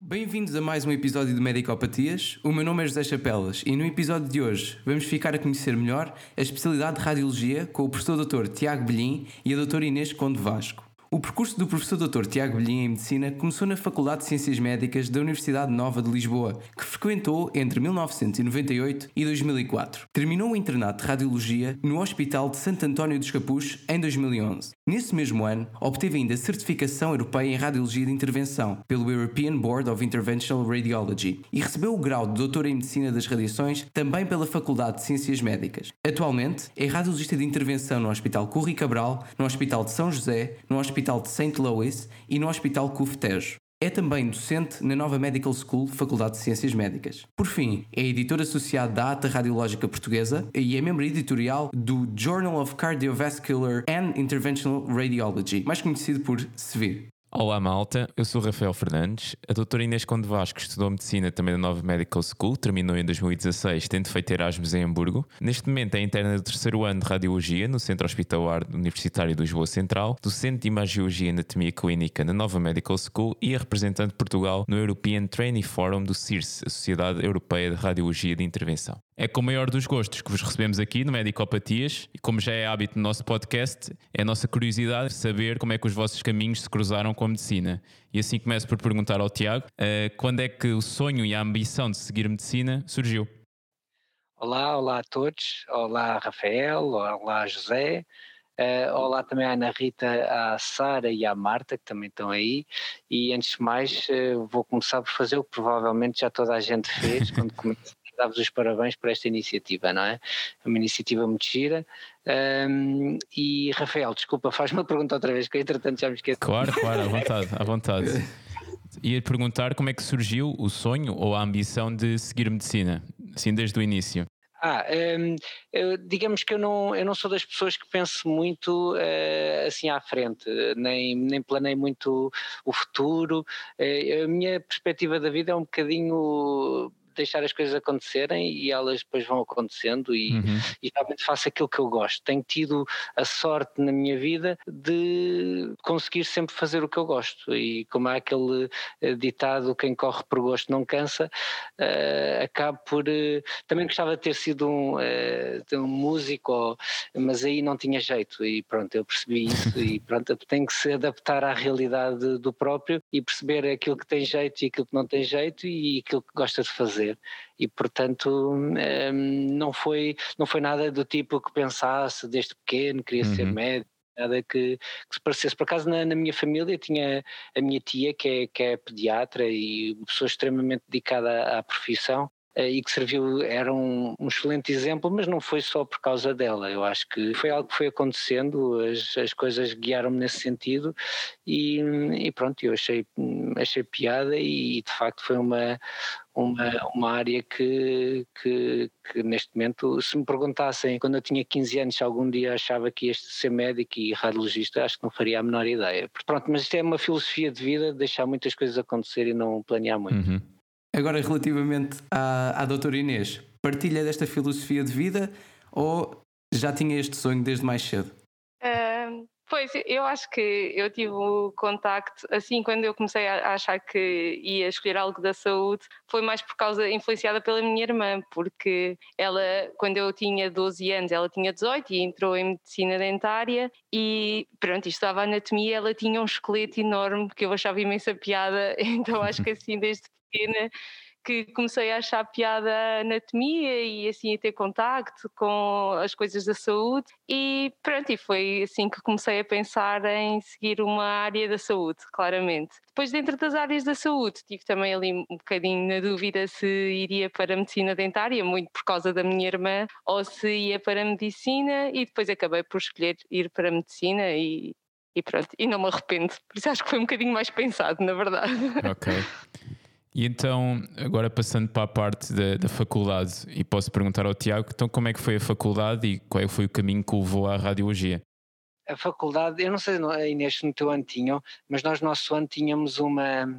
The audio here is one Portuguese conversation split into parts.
Bem-vindos a mais um episódio de Medicopatias. O meu nome é José Chapelas e no episódio de hoje vamos ficar a conhecer melhor a especialidade de Radiologia com o professor Dr. Tiago Belhin e a doutora Inês Conde Vasco. O percurso do professor Dr. Tiago Belhin em Medicina começou na Faculdade de Ciências Médicas da Universidade Nova de Lisboa, que frequentou entre 1998 e 2004. Terminou o internato de Radiologia no Hospital de Santo António dos Capuz em 2011. Nesse mesmo ano, obteve ainda a certificação europeia em Radiologia de Intervenção pelo European Board of Interventional Radiology e recebeu o grau de Doutor em Medicina das Radiações também pela Faculdade de Ciências Médicas. Atualmente, é radiologista de intervenção no Hospital Curri Cabral, no Hospital de São José, no Hospital de St. Louis e no Hospital CUF Tejo. É também docente na Nova Medical School, Faculdade de Ciências Médicas. Por fim, é editor associado da Ata Radiológica Portuguesa e é membro editorial do Journal of Cardiovascular and Interventional Radiology, mais conhecido por SEVIR. Olá malta, eu sou Rafael Fernandes. A doutora Inês Conde Vasco estudou Medicina também na Nova Medical School, terminou em 2016, tendo feito Erasmus em Hamburgo. Neste momento é interna do terceiro ano de Radiologia no Centro Hospitalar Universitário de Lisboa Central, docente de Imagiologia e Anatomia Clínica na Nova Medical School e é representante de Portugal no European Trainee Forum do CIRSE, a Sociedade Europeia de Radiologia de Intervenção. É com o maior dos gostos que vos recebemos aqui no Medicopatias e como já é hábito no nosso podcast, é a nossa curiosidade saber como é que os vossos caminhos se cruzaram com a medicina. E assim começo por perguntar ao Tiago, quando é que o sonho e a ambição de seguir medicina surgiu? Olá a todos, olá Rafael, olá José, olá também à Ana Rita, à Sara e à Marta que também estão aí e antes de mais vou começar por fazer o que provavelmente já toda a gente fez quando comecei a dar-vos os parabéns por esta iniciativa, não é? É uma iniciativa muito gira e Rafael, desculpa, faz-me a pergunta outra vez que eu entretanto já me esqueci. Claro, à vontade. Ia perguntar como é que surgiu o sonho ou a ambição de seguir medicina, assim desde o início. Digamos que eu não sou das pessoas que penso muito assim à frente, nem planeio muito o futuro. A minha perspectiva da vida é um bocadinho deixar as coisas acontecerem e elas depois vão acontecendo e realmente faço aquilo que eu gosto. Tenho tido a sorte na minha vida de conseguir sempre fazer o que eu gosto e como há aquele ditado, quem corre por gosto não cansa, acabo por... também gostava de ter sido um músico, mas aí não tinha jeito e pronto, eu percebi isso e pronto, tenho que se adaptar à realidade do próprio e perceber aquilo que tem jeito e aquilo que não tem jeito e aquilo que gosta de fazer. E portanto não foi nada do tipo que pensasse desde pequeno, queria ser médico, nada que se parecesse. Por acaso na minha família tinha a minha tia que é pediatra e uma pessoa extremamente dedicada à profissão e que era um excelente exemplo, mas não foi só por causa dela, eu acho que foi algo que foi acontecendo, as coisas guiaram-me nesse sentido e pronto, eu achei piada e de facto foi uma área que neste momento, se me perguntassem quando eu tinha 15 anos se algum dia achava que ia ser médico e radiologista, acho que não faria a menor ideia. Pronto, mas isto é uma filosofia de vida, deixar muitas coisas acontecer e não planear muito. Agora, relativamente à doutora Inês, partilha desta filosofia de vida ou já tinha este sonho desde mais cedo? Pois, eu acho que eu tive o contacto, assim, quando eu comecei a achar que ia escolher algo da saúde, foi mais por causa, influenciada pela minha irmã, porque ela, quando eu tinha 12 anos, ela tinha 18 e entrou em medicina dentária e, pronto, estudava anatomia, ela tinha um esqueleto enorme que eu achava imensa piada, então acho que assim, desde pequena, que comecei a achar piada a anatomia e assim a ter contacto com as coisas da saúde e pronto, e foi assim que comecei a pensar em seguir uma área da saúde, claramente. Depois dentro das áreas da saúde tive também ali um bocadinho na dúvida se iria para a medicina dentária, muito por causa da minha irmã, ou se ia para a medicina e depois acabei por escolher ir para a medicina e pronto, e não me arrependo, por isso acho que foi um bocadinho mais pensado, na verdade. Ok. E então, agora passando para a parte da faculdade, e posso perguntar ao Tiago, então como é que foi a faculdade e qual foi o caminho que o levou à radiologia? A faculdade, eu não sei, Inês, no teu ano tinham, mas nós no nosso ano tínhamos um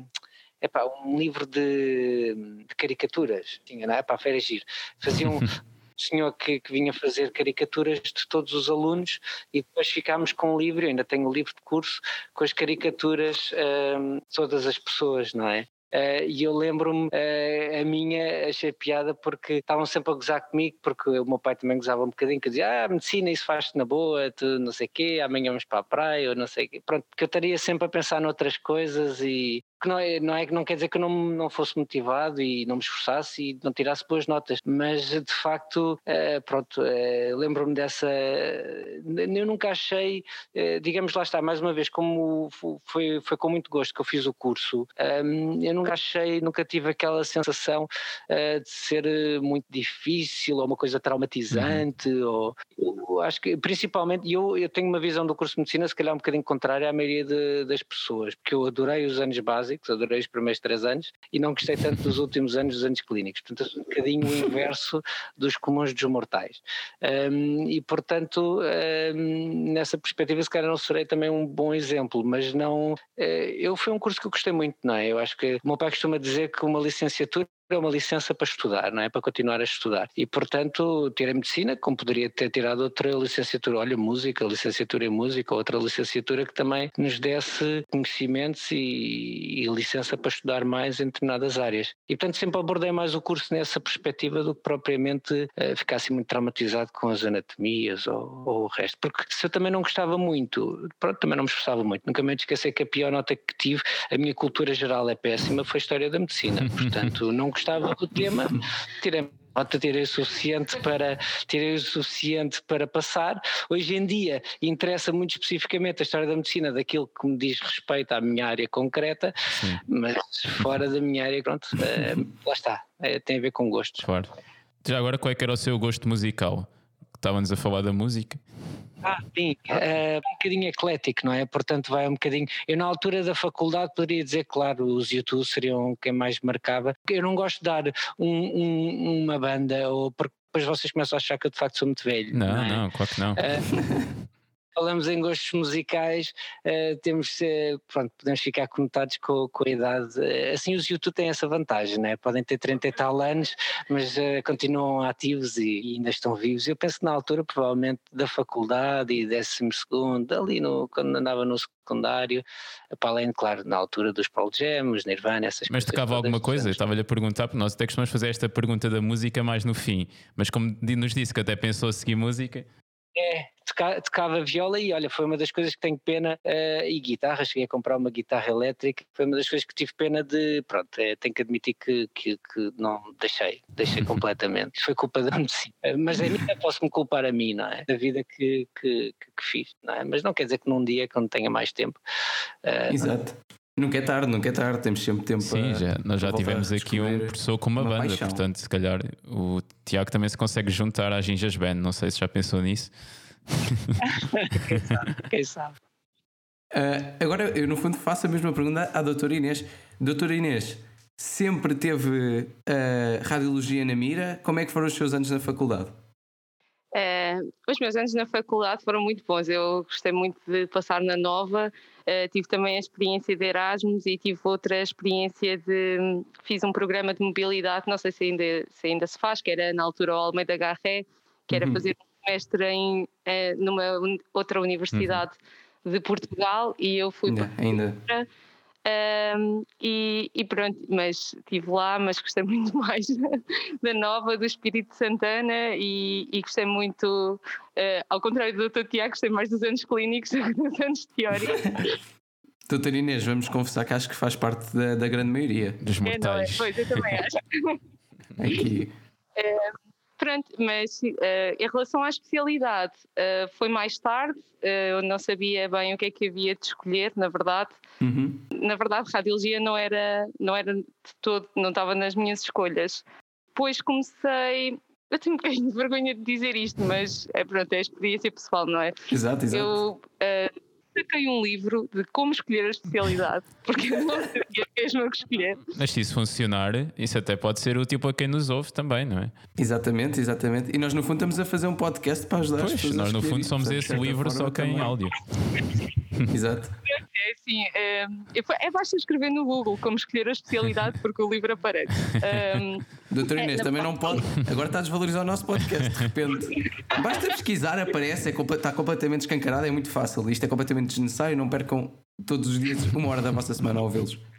livro de caricaturas, tinha, não é? Para a feira giro. Faziam senhor que vinha fazer caricaturas de todos os alunos e depois ficámos com um livro, eu ainda tenho o livro de curso, com as caricaturas de todas as pessoas, não é? e eu lembro-me, a minha achei piada porque estavam sempre a gozar comigo, porque o meu pai também gozava um bocadinho, que dizia, medicina, isso faz-te na boa, tu não sei o quê, amanhã vamos para a praia, ou não sei o quê. Pronto, porque eu estaria sempre a pensar noutras coisas e que não quer dizer que eu não fosse motivado e não me esforçasse e não tirasse boas notas, mas de facto, lembro-me dessa. Eu nunca achei, digamos, lá está, mais uma vez, como foi com muito gosto que eu fiz o curso, eu nunca tive aquela sensação de ser muito difícil ou uma coisa traumatizante, ou eu acho que principalmente, eu tenho uma visão do curso de medicina se calhar um bocadinho contrária à maioria das pessoas, porque eu adorei os anos básicos, adorei os primeiros 3 anos e não gostei tanto dos últimos anos, dos anos clínicos, portanto eu sou um bocadinho o inverso dos comuns dos mortais, e portanto nessa perspectiva se calhar não serei também um bom exemplo, mas não, foi um curso que eu gostei muito, não é? Eu acho que o meu pai costuma dizer que uma licenciatura é uma licença para estudar, não é? Para continuar a estudar. E, portanto, tirei medicina, como poderia ter tirado outra licenciatura, música, licenciatura em música, outra licenciatura que também nos desse conhecimentos e licença para estudar mais em determinadas áreas. E, portanto, sempre abordei mais o curso nessa perspectiva do que propriamente ficar assim muito traumatizado com as anatomias ou o resto. Porque se eu também não gostava muito, também não me esforçava muito. Nunca me esqueci que a pior nota que tive, a minha cultura geral é péssima, foi a história da medicina. Portanto, não gostava do tema, tirei o suficiente para passar. Hoje em dia interessa muito especificamente a história da medicina, daquilo que me diz respeito à minha área concreta. Sim. Mas fora da minha área, pronto, lá está, tem a ver com gostos. Claro. Já agora, qual é que era o seu gosto musical? Estávamos a falar da música. Sim, um bocadinho eclético, não é? Portanto vai um bocadinho, eu na altura da faculdade poderia dizer, claro, os YouTube seriam quem mais marcava. Eu não gosto de dar uma banda, ou porque depois vocês começam a achar que eu de facto sou muito velho. Não, claro que não. Falamos em gostos musicais, podemos ficar conotados com a idade. Assim, os YouTube têm essa vantagem, né? Podem ter 30 e tal anos, mas continuam ativos e ainda estão vivos. Eu penso que na altura, provavelmente, da faculdade e 12º, ali quando andava no secundário, para além, claro, na altura dos Pearl Jam, os Nirvana, essas coisas. Mas tocava alguma coisa? Eu estava-lhe a perguntar, porque nós até costumamos fazer esta pergunta da música mais no fim, mas como nos disse que até pensou a seguir música... Tocava viola e olha, foi uma das coisas que tenho pena, e guitarra, cheguei a comprar uma guitarra elétrica, foi uma das coisas que tive pena de, tenho que admitir que não deixei completamente, foi culpa da medicina, mas a mim posso-me culpar a mim, não é? Da vida que fiz, não é? Mas não quer dizer que num dia, quando tenha mais tempo... Exato. Nunca é tarde, temos sempre tempo. Sim, nós já tivemos aqui um professor com uma banda, paixão. Portanto, se calhar o Tiago também se consegue juntar à Ginjas Band, não sei se já pensou nisso. Quem sabe. Agora, eu no fundo faço a mesma pergunta à doutora Inês. Doutora Inês, sempre teve radiologia na mira? Como é que foram os seus anos na faculdade? Os meus anos na faculdade foram muito bons. Eu gostei muito de passar na Nova. Tive também a experiência de Erasmus e tive outra experiência fiz um programa de mobilidade, não sei se ainda se faz, que era na altura o Almeida Garré, que era fazer um semestre numa outra universidade de Portugal, e eu fui para e pronto, mas estive lá, mas gostei muito mais da Nova, do Espírito de Santana, e gostei muito, ao contrário do Dr. Tiago, gostei mais dos anos clínicos do que dos anos teóricos. Doutora Inês, vamos confessar que acho que faz parte da grande maioria dos mortais. Pois, eu também acho. Aqui. Pronto, mas em relação à especialidade, foi mais tarde, eu não sabia bem o que é que havia de escolher, na verdade. Na verdade, radiologia não era de todo, não estava nas minhas escolhas. Depois comecei, eu tenho um bocadinho de vergonha de dizer isto, mas é a experiência pessoal, não é? Exato. Eu saquei um livro de como escolher a especialidade, porque eu não sabia mesmo o que escolher. Mas se isso funcionar, isso até pode ser útil para quem nos ouve também, não é? Exatamente. E nós no fundo estamos a fazer um podcast para ajudar as pessoas. Nós no fundo somos esse livro, só que em áudio. Exato. É assim, basta escrever no Google como escolher a especialidade, porque o livro aparece. Doutora Inês, também não pode. Agora está a desvalorizar o nosso podcast, de repente. Basta pesquisar, aparece, está completamente escancarado, é muito fácil. Isto é completamente desnecessário, não percam todos os dias 1 hora da vossa semana a ouvi-los.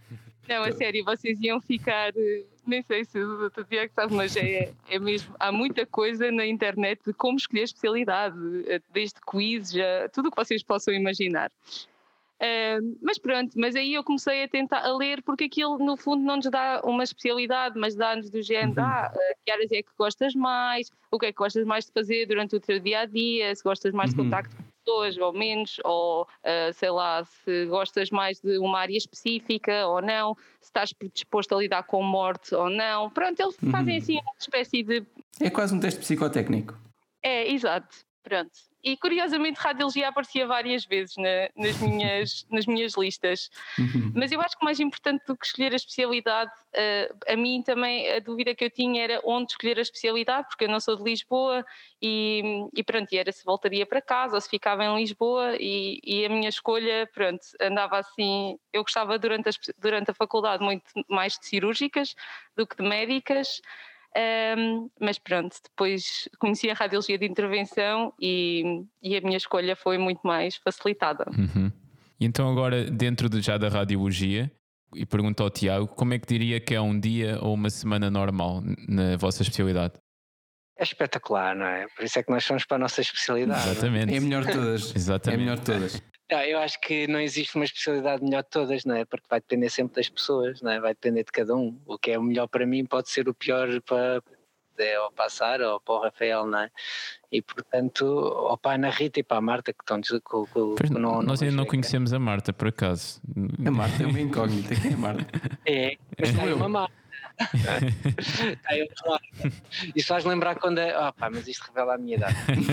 Não, a sério, vocês iam ficar, nem sei se o Dr. Tiago sabe, mas é mesmo, há muita coisa na internet de como escolher especialidade, desde quizzes, tudo o que vocês possam imaginar. Mas pronto, mas aí eu comecei a tentar a ler, porque aquilo no fundo não nos dá uma especialidade, mas dá-nos do género, que áreas é que gostas mais, o que é que gostas mais de fazer durante o teu dia-a-dia, se gostas mais de contacto com pessoas ou menos, ou sei lá, se gostas mais de uma área específica ou não, se estás predisposto a lidar com morte ou não. Pronto, eles fazem assim uma espécie de... É quase um teste psicotécnico. É, exato, pronto. E curiosamente radiologia aparecia várias vezes nas minhas listas. Mas eu acho que mais importante do que escolher a especialidade, a mim também a dúvida que eu tinha era onde escolher a especialidade, porque eu não sou de Lisboa e pronto, e era se voltaria para casa ou se ficava em Lisboa e a minha escolha, pronto, andava assim, eu gostava durante a faculdade muito mais de cirúrgicas do que de médicas. Mas pronto, depois conheci a radiologia de intervenção e a minha escolha foi muito mais facilitada. E então agora, dentro já da radiologia, e pergunto ao Tiago, como é que diria que é um dia ou uma semana normal na vossa especialidade? É espetacular, não é? Por isso é que nós somos para a nossa especialidade. Exatamente. É a melhor de todas. Exatamente. É a melhor de todas. Não, eu acho que não existe uma especialidade melhor de todas, não é? Porque vai depender sempre das pessoas, não é? Vai depender de cada um. O que é o melhor para mim pode ser o pior para ou para a Sara ou para o Rafael, não é? E portanto, ou para a Ana Rita e para a Marta, que estão nós ainda não conhecemos a Marta, por acaso. A Marta é uma incógnita. Quem é a Marta? É, mas está aí uma Marta. Está aí outra Marta. Isso faz lembrar quando mas isto revela a minha idade.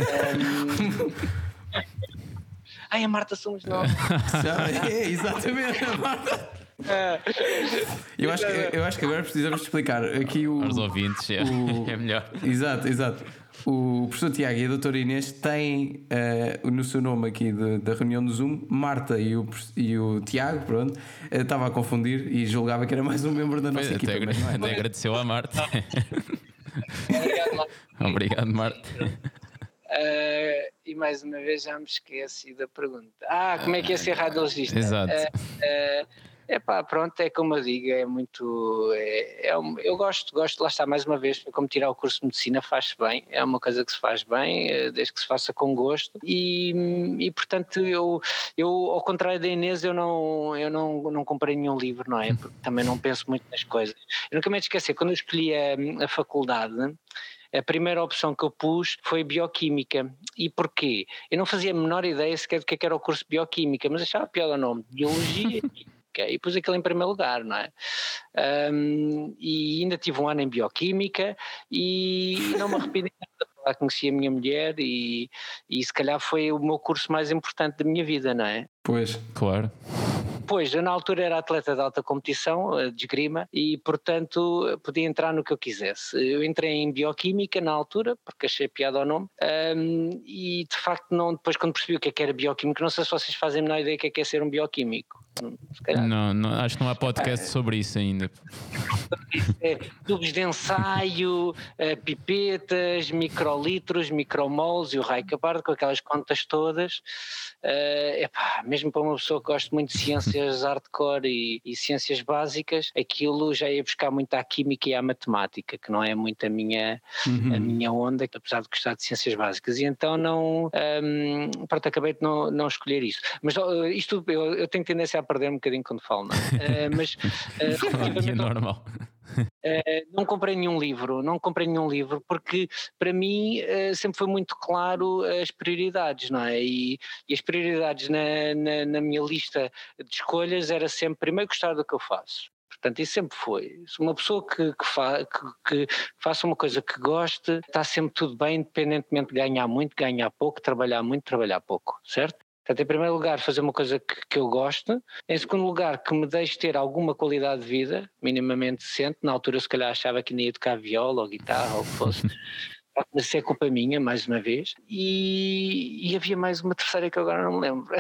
A Marta somos nós. É, exatamente, a Marta. Eu acho que agora precisamos explicar aqui aos ouvintes, é melhor. Exato. O professor Tiago e a doutora Inês têm no seu nome aqui da reunião do Zoom Marta e o Tiago, pronto, estava a confundir e julgava que era mais um membro da nossa equipa. Até agradeceu à Marta. Obrigado, Marta. Obrigado, Marta. E mais uma vez já me esqueci da pergunta. Como é que é ser radiologista? Exato. Pronto, é como eu digo, é muito. Eu gosto, lá está, mais uma vez, como tirar o curso de medicina faz-se bem, é uma coisa que se faz bem, desde que se faça com gosto, e portanto, eu ao contrário da Inês, eu não comprei nenhum livro, não é? Porque também não penso muito nas coisas. Eu nunca me esqueci, quando eu escolhi a faculdade. A primeira opção que eu pus foi Bioquímica. E porquê? Eu não fazia a menor ideia sequer do que era o curso de Bioquímica, mas achava pior o nome, Biologia e pus aquilo em primeiro lugar, não é? E ainda tive um ano em Bioquímica e não me arrependi nada. Lá conheci a minha mulher e se calhar foi o meu curso mais importante da minha vida, não é? Pois, claro. Pois, eu na altura era atleta de alta competição, de esgrima, e portanto podia entrar no que eu quisesse. Eu entrei em Bioquímica na altura, porque achei piada ao nome, e de facto depois quando percebi o que era Bioquímico, não sei se vocês fazem a menor ideia do que é ser um bioquímico. Se calhar. Não, acho que não há podcast sobre isso ainda. Tubos de ensaio, pipetas, microlitros, micromoles e o raio capardo, com aquelas contas todas. Mesmo para uma pessoa que gosta muito de ciências hardcore e ciências básicas, aquilo já ia buscar muito à química e à matemática, que não é muito a minha onda, apesar de gostar de ciências básicas. E então acabei de não escolher isso. Mas isto eu tenho tendência a perder um bocadinho quando falo, não é? É normal. Não comprei nenhum livro porque para mim sempre foi muito claro as prioridades, não é? E as prioridades na minha lista de escolhas era sempre primeiro gostar do que eu faço. Portanto, isso sempre foi. Se uma pessoa que faça uma coisa que goste, está sempre tudo bem, independentemente de ganhar muito, ganhar pouco, trabalhar muito, trabalhar pouco, certo? Portanto, em primeiro lugar, fazer uma coisa que eu gosto. Em segundo lugar, que me deixe ter alguma qualidade de vida, minimamente decente. Na altura, se calhar, achava que ainda ia tocar viola ou guitarra ou o que fosse. Mas isso é culpa minha, mais uma vez. E havia mais uma terceira que agora não me lembro.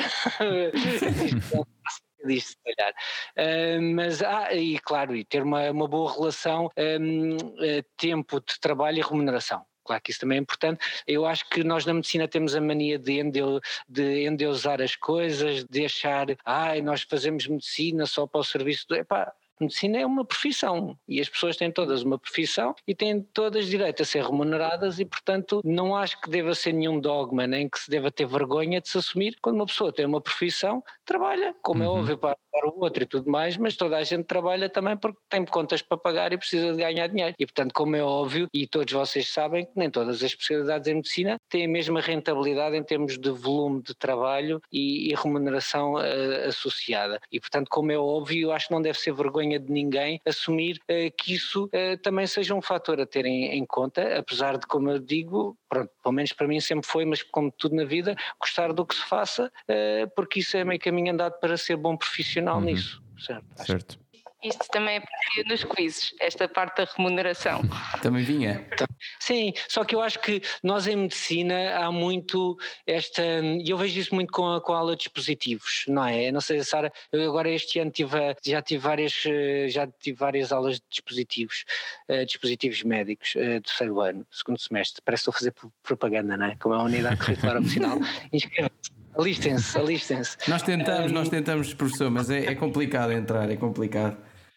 Disto, se calhar. E claro, e ter uma boa relação, tempo de trabalho e remuneração. Claro que isso também é importante. Eu acho que nós na medicina temos a mania de endeusar as coisas, de achar, nós fazemos medicina só para o serviço Medicina é uma profissão e as pessoas têm todas uma profissão e têm todas direito a ser remuneradas e, portanto, não acho que deva ser nenhum dogma, nem que se deva ter vergonha de se assumir. Quando uma pessoa tem uma profissão, trabalha, como é óbvio, para o outro e tudo mais, mas toda a gente trabalha também porque tem contas para pagar e precisa de ganhar dinheiro. E, portanto, como é óbvio, e todos vocês sabem que nem todas as especialidades em medicina têm a mesma rentabilidade em termos de volume de trabalho e remuneração associada. E, portanto, como é óbvio, eu acho que não deve ser vergonha de ninguém assumir que isso também seja um fator a ter em conta, apesar de, como eu digo, pronto, pelo menos para mim sempre foi, mas como tudo na vida, gostar do que se faça, porque isso é meio caminho andado para ser bom profissional nisso. Certo. Isto também aparecia nos quizzes, esta parte da remuneração. Também vinha. Sim, só que eu acho que nós em medicina há muito e eu vejo isso muito com a aula de dispositivos, não é? Não sei, Sara, eu agora este ano já tive várias aulas de dispositivos médicos, terceiro ano, segundo semestre, parece que estou a fazer propaganda, não é? Como é a unidade curricular opcional, inscrevam-se. Alistem-se. Nós tentamos, professor, mas é complicado entrar, é complicado.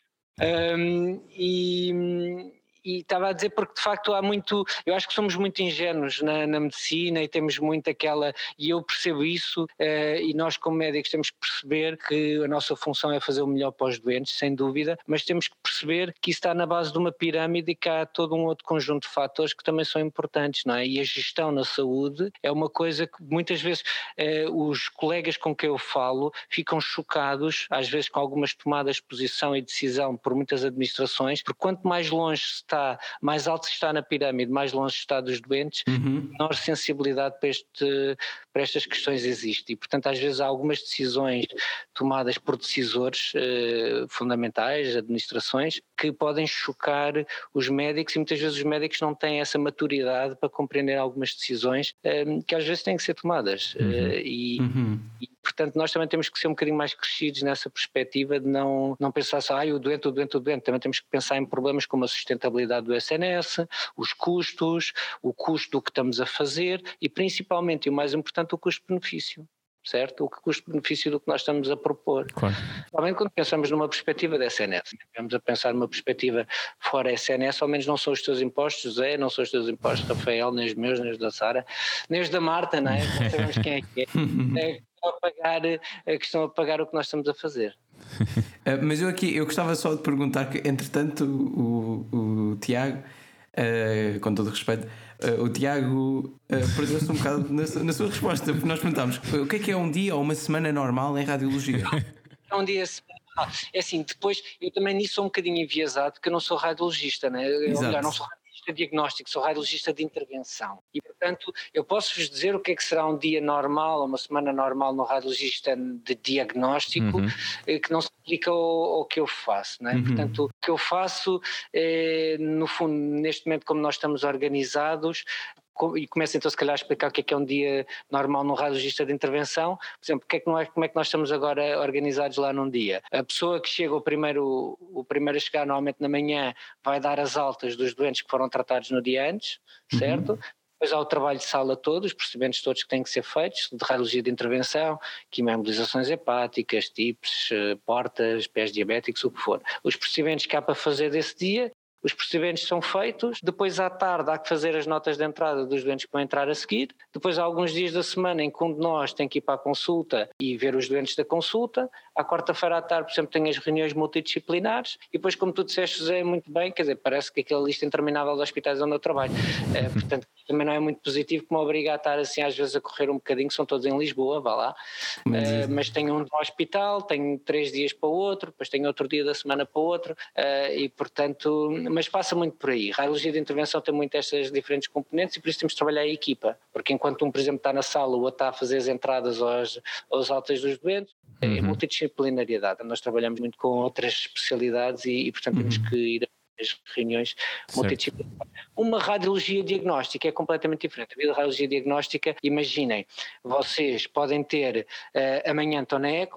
E estava a dizer porque de facto eu acho que somos muito ingênuos na medicina e temos muito e eu percebo isso, e nós como médicos temos que perceber que a nossa função é fazer o melhor para os doentes, sem dúvida, mas temos que perceber que isso está na base de uma pirâmide e que há todo um outro conjunto de fatores que também são importantes, não é? E a gestão na saúde é uma coisa que muitas vezes os colegas com quem eu falo ficam chocados, às vezes com algumas tomadas de posição e decisão por muitas administrações, porque quanto mais longe se está, mais alto se está na pirâmide, mais longe se está dos doentes, menor sensibilidade para estas questões existe. E, portanto, às vezes há algumas decisões tomadas por decisores fundamentais, administrações, que podem chocar os médicos e muitas vezes os médicos não têm essa maturidade para compreender algumas decisões que às vezes têm que ser tomadas. E, portanto, nós também temos que ser um bocadinho mais crescidos nessa perspectiva de não pensar só, o doente. Também temos que pensar em problemas como a sustentabilidade do SNS, os custos, o custo do que estamos a fazer e principalmente, e o mais importante, o custo-benefício. Certo? O custo-benefício do que nós estamos a propor. Claro. Somente quando pensamos numa perspectiva da SNS, vamos a pensar numa perspectiva fora SNS, ao menos não são os teus impostos, José, não são os teus impostos, Rafael, nem os meus, nem os da Sara, nem os da Marta, não é? Não sabemos quem é. Que estão a pagar o que nós estamos a fazer. Mas eu gostava só de perguntar que, entretanto, o Tiago, com todo o respeito, o Tiago perdeu-se um bocado na sua resposta, porque nós perguntámos o que é um dia ou uma semana normal em radiologia? É um dia semanal. É assim, depois eu também nisso sou um bocadinho enviesado, porque eu não sou radiologista, né? Ou melhor, não sou radiologista de diagnóstico, sou radiologista de intervenção. E, portanto, eu posso-vos dizer o que é que será um dia normal, uma semana normal no radiologista de diagnóstico, que não se aplica ao que eu faço, não é? Portanto, o que eu faço, no fundo, neste momento, como nós estamos organizados, e começo então se calhar a explicar o que é um dia normal num radiologista de intervenção. Por exemplo, como é que nós estamos agora organizados lá num dia? A pessoa que chega o primeiro a chegar normalmente na manhã vai dar as altas dos doentes que foram tratados no dia antes, certo? Depois há o trabalho de sala todo, os procedimentos todos que têm que ser feitos, de radiologia de intervenção, quimioembolizações hepáticas, TIPS, portas, pés diabéticos, o que for. Os procedimentos que há para fazer desse dia. Os procedimentos são feitos, depois à tarde há que fazer as notas de entrada dos doentes que vão entrar a seguir, depois há alguns dias da semana em que um de nós tem que ir para a consulta e ver os doentes da consulta, à quarta-feira à tarde, por exemplo, tem as reuniões multidisciplinares e depois, como tu disseste, José, muito bem, quer dizer, parece que aquela lista interminável de hospitais onde eu trabalho, portanto também não é muito positivo que me obriga a estar assim às vezes a correr um bocadinho, são todos em Lisboa, vá lá, mas tenho um no hospital, tenho 3 dias para o outro, depois tenho outro dia da semana para o outro, e portanto, mas passa muito por aí. A radiologia de intervenção tem muito estas diferentes componentes e por isso temos de trabalhar a equipa, porque enquanto um, por exemplo, está na sala, o outro está a fazer as entradas aos altas dos doentes, é multidisciplinariedade. Nós trabalhamos muito com outras especialidades e portanto temos que ir as reuniões multidisciplinares. Uma radiologia diagnóstica é completamente diferente. A radiologia diagnóstica, imaginem, vocês podem ter amanhã estão na eco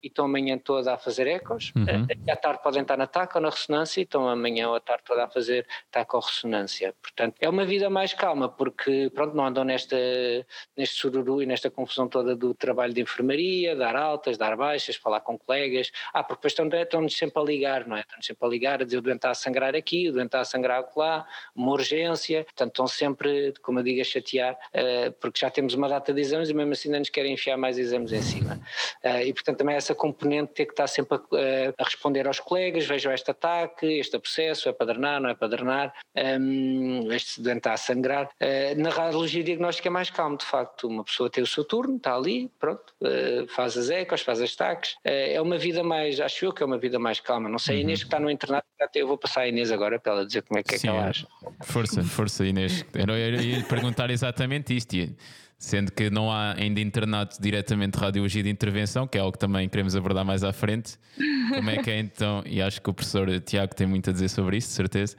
e estão a manhã toda a fazer ecos, e à tarde podem estar na TAC ou na ressonância e estão a manhã ou à tarde toda a fazer TAC ou ressonância. Portanto, é uma vida mais calma, porque pronto, não andam neste sururu e nesta confusão toda do trabalho de enfermaria, dar altas, dar baixas, falar com colegas, porque depois estão-nos sempre a ligar, não é? Estão-nos sempre a ligar, a dizer o doente está a sangrar aqui, o doente está a sangrar lá, uma urgência, portanto estão sempre, como eu digo, a chatear, porque já temos uma data de exames e mesmo assim ainda nos querem enfiar mais exames em cima. E portanto também essa componente de ter que estar sempre a responder aos colegas, vejam este ataque, este processo, é para drenar, não é para drenar, este doente está a sangrar. Na radiologia diagnóstica é mais calmo, de facto, uma pessoa tem o seu turno, está ali, pronto, faz as ecos, faz as taques, é uma vida mais, acho eu que é uma vida mais calma, não sei, a Inês que está no internato, eu vou passar a Inês agora para ela dizer como é que Sim, é que ela acha. Força Inês, eu ia perguntar exatamente isto, sendo que não há ainda internato diretamente de radiologia de intervenção, que é algo que também queremos abordar mais à frente. Como é que é então, e acho que o professor Tiago tem muito a dizer sobre isso, de certeza,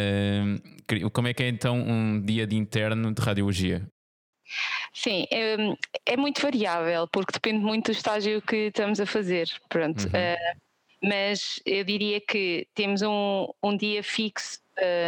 como é que é então um dia de interno de radiologia? Sim, é muito variável, porque depende muito do estágio que estamos a fazer, pronto. Mas eu diria que temos um dia fixo.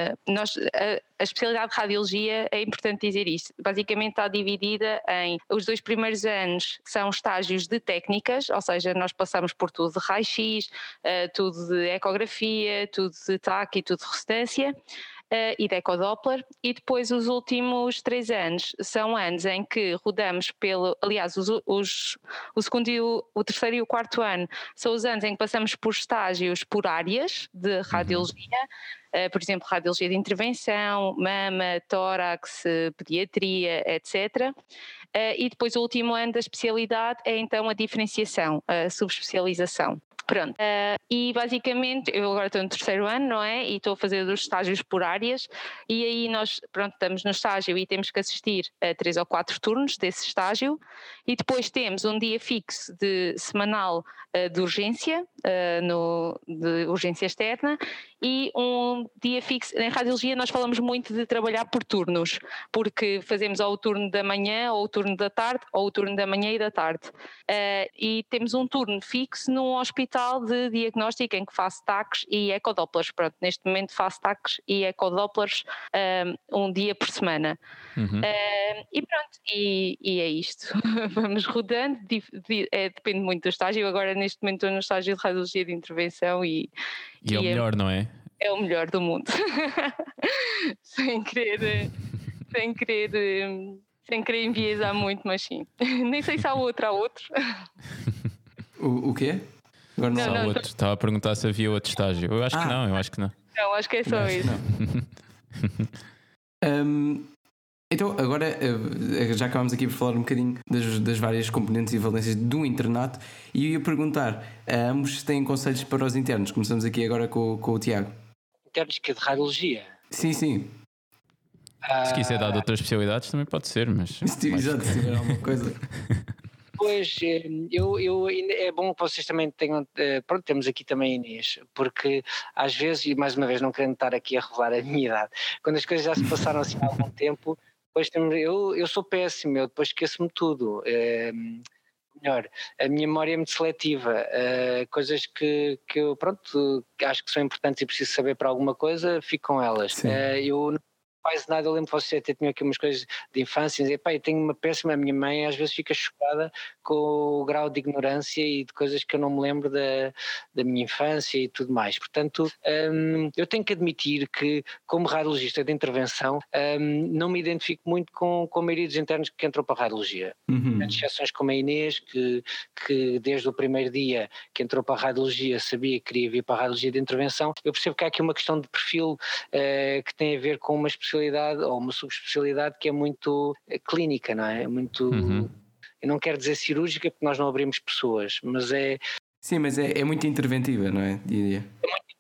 A especialidade de radiologia, é importante dizer isto, basicamente está dividida em os 2 primeiros anos que são estágios de técnicas, ou seja, nós passamos por tudo de raio-x, tudo de ecografia, tudo de TAC e tudo de ressonância, e de ecodoppler, e depois os últimos 3 anos são anos em que rodamos aliás, o segundo, o terceiro e o quarto ano são os anos em que passamos por estágios por áreas de radiologia, por exemplo, radiologia de intervenção, mama, tórax, pediatria, etc. E depois o último ano da especialidade é então a diferenciação, a subespecialização. Pronto, e basicamente eu agora estou no terceiro ano, não é? E estou a fazer os estágios por áreas, e aí nós, pronto, estamos no estágio e temos que assistir a 3 ou 4 turnos desse estágio, e depois temos um dia fixo semanal de urgência, de urgência externa, e um dia fixo. Em radiologia nós falamos muito de trabalhar por turnos, porque fazemos ou o turno da manhã, ou o turno da tarde, ou o turno da manhã e da tarde. E temos um turno fixo num hospital de diagnóstico em que faço TACs e ecodopplers. Pronto, neste momento faço TACs e ecodopplers um dia por semana. E pronto, e é isto. Vamos rodando, depende muito do estágio. Eu agora neste momento estou no estágio de radiologia de intervenção e é o melhor, não é? É o melhor do mundo. sem querer enviesar muito, mas sim. Nem sei se há outro. O quê? Agora não há outro. Estava a perguntar se havia outro estágio. Eu acho que não. Não, acho que é só isso. Então, agora já acabámos aqui por falar um bocadinho das várias componentes e valências do internato, e eu ia perguntar a ambos se têm conselhos para os internos. Começamos aqui agora com o Tiago. Internos que é de radiologia? Sim. Se quiser dar de outras especialidades também pode ser, mas... Exato, se tiver alguma coisa. Pois, é bom que vocês também tenham, pronto, temos aqui também a Inês, porque às vezes, e mais uma vez não querendo estar aqui a revelar a minha idade, quando as coisas já se passaram assim há algum tempo, depois eu sou péssimo, eu depois esqueço-me tudo. Melhor, a minha memória é muito seletiva, coisas que eu, pronto, acho que são importantes e preciso saber para alguma coisa, fico com elas. Eu não faço nada, eu lembro que vocês até tinham aqui umas coisas de infância, e dizer, eu tenho uma péssima, a minha mãe às vezes fica chocada com o grau de ignorância e de coisas que eu não me lembro da minha infância e tudo mais. Portanto, eu tenho que admitir que, como radiologista de intervenção, não me identifico muito com a maioria dos internos que entram para a radiologia. Há exceções como a Inês, que desde o primeiro dia que entrou para a radiologia sabia que queria vir para a radiologia de intervenção. Eu percebo que há aqui uma questão de perfil que tem a ver com uma especialidade ou uma subespecialidade que é muito clínica, não é? Muito, eu não quero dizer cirúrgica porque nós não abrimos pessoas, mas é... Sim, mas é muito interventiva, não é? É muito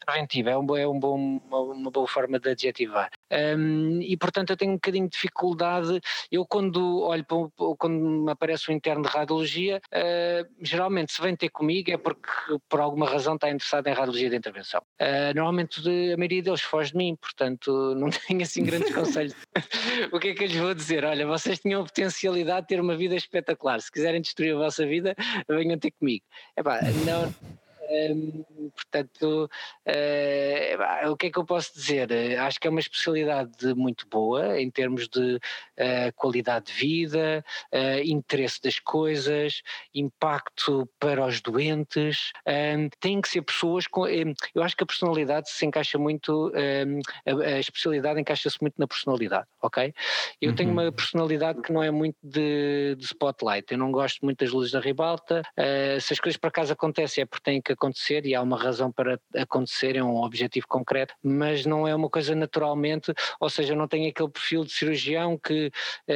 interventiva, uma boa forma de adjetivar. E portanto eu tenho um bocadinho de dificuldade, eu quando olho quando me aparece um interno de radiologia, geralmente se vem ter comigo é porque por alguma razão está interessado em radiologia de intervenção. Normalmente a maioria deles foge de mim, portanto não tenho assim grandes conselhos. O que é que eu lhes vou dizer? Olha, vocês tinham a potencialidade de ter uma vida espetacular, se quiserem destruir a vossa vida, venham ter comigo. Não. Portanto, o que é que eu posso dizer? Acho que é uma especialidade muito boa em termos de qualidade de vida, interesse das coisas, impacto para os doentes. Tem que ser pessoas com. Eu acho que a personalidade se encaixa muito, a especialidade encaixa-se muito na personalidade, ok? Eu tenho uma personalidade que não é muito de spotlight, eu não gosto muito das luzes da ribalta. Se as coisas por acaso acontecem é porque têm que acontecer e há uma razão para acontecer, é um objetivo concreto, mas não é uma coisa naturalmente, ou seja, não tem aquele perfil de cirurgião que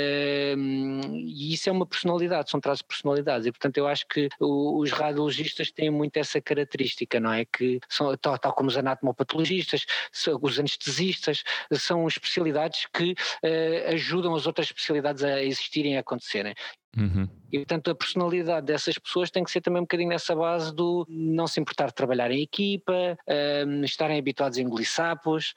e isso é uma personalidade, são traços de personalidades e portanto eu acho que os radiologistas têm muito essa característica, não é? Que são, tal como os anatomopatologistas, os anestesistas, são especialidades que ajudam as outras especialidades a existirem e a acontecerem. E portanto a personalidade dessas pessoas tem que ser também um bocadinho nessa base do não se importar de trabalhar em equipa, estarem habituados a engolir sapos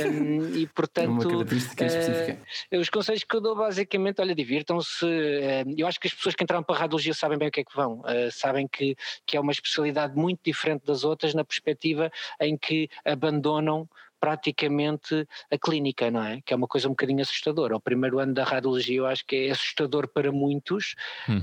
e portanto uma característica específica. Os conselhos que eu dou basicamente, olha, divirtam-se. Eu acho que as pessoas que entraram para a radiologia sabem bem o que é que vão, sabem que é uma especialidade muito diferente das outras na perspectiva em que abandonam praticamente a clínica, não é? Que é uma coisa um bocadinho assustadora. O primeiro ano da radiologia eu acho que é assustador para muitos,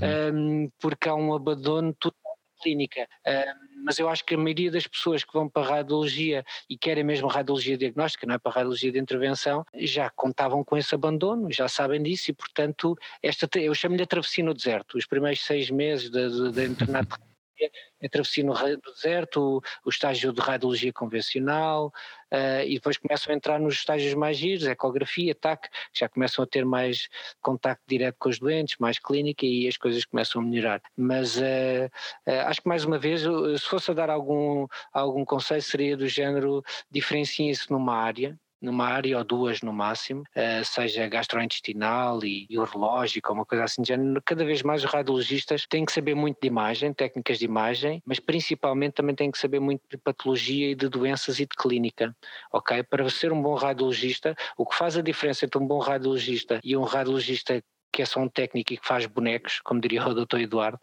porque há um abandono total da clínica. Mas eu acho que a maioria das pessoas que vão para a radiologia e querem mesmo a radiologia diagnóstica, não é para a radiologia de intervenção, já contavam com esse abandono, já sabem disso e portanto, eu chamo-lhe a travessia no deserto. Os primeiros 6 meses de internato a travessia no deserto, o estágio de radiologia convencional, e depois começam a entrar nos estágios mais giros, ecografia, TAC, que já começam a ter mais contacto direto com os doentes, mais clínica e as coisas começam a melhorar. Mas acho que mais uma vez, se fosse a dar algum conselho seria do género, diferenciem-se numa área ou duas no máximo, seja gastrointestinal e urológica ou uma coisa assim de género. Cada vez mais os radiologistas têm que saber muito de imagem, técnicas de imagem, mas principalmente também têm que saber muito de patologia e de doenças e de clínica, ok? Para ser um bom radiologista, o que faz a diferença entre um bom radiologista e um radiologista que é só um técnico e que faz bonecos, como diria o Dr. Eduardo,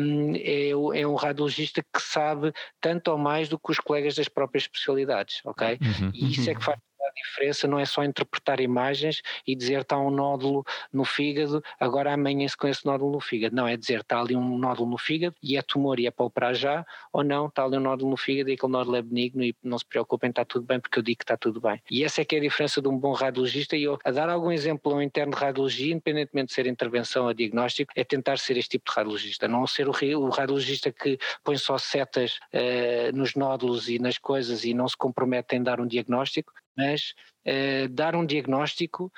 é um radiologista que sabe tanto ou mais do que os colegas das próprias especialidades, ok? E isso é que faz a diferença, não é só interpretar imagens e dizer está um nódulo no fígado, agora amanhã-se com esse nódulo no fígado. Não, é dizer está ali um nódulo no fígado e é tumor e é para operar já, ou não, está ali um nódulo no fígado e aquele nódulo é benigno e não se preocupem, está tudo bem porque eu digo que está tudo bem. E essa é que é a diferença de um bom radiologista e eu, a dar algum exemplo ao interno de radiologia, independentemente de ser intervenção ou diagnóstico, é tentar ser este tipo de radiologista, não ser o radiologista que põe só setas nos nódulos e nas coisas e não se compromete em dar um diagnóstico, mas dar um diagnóstico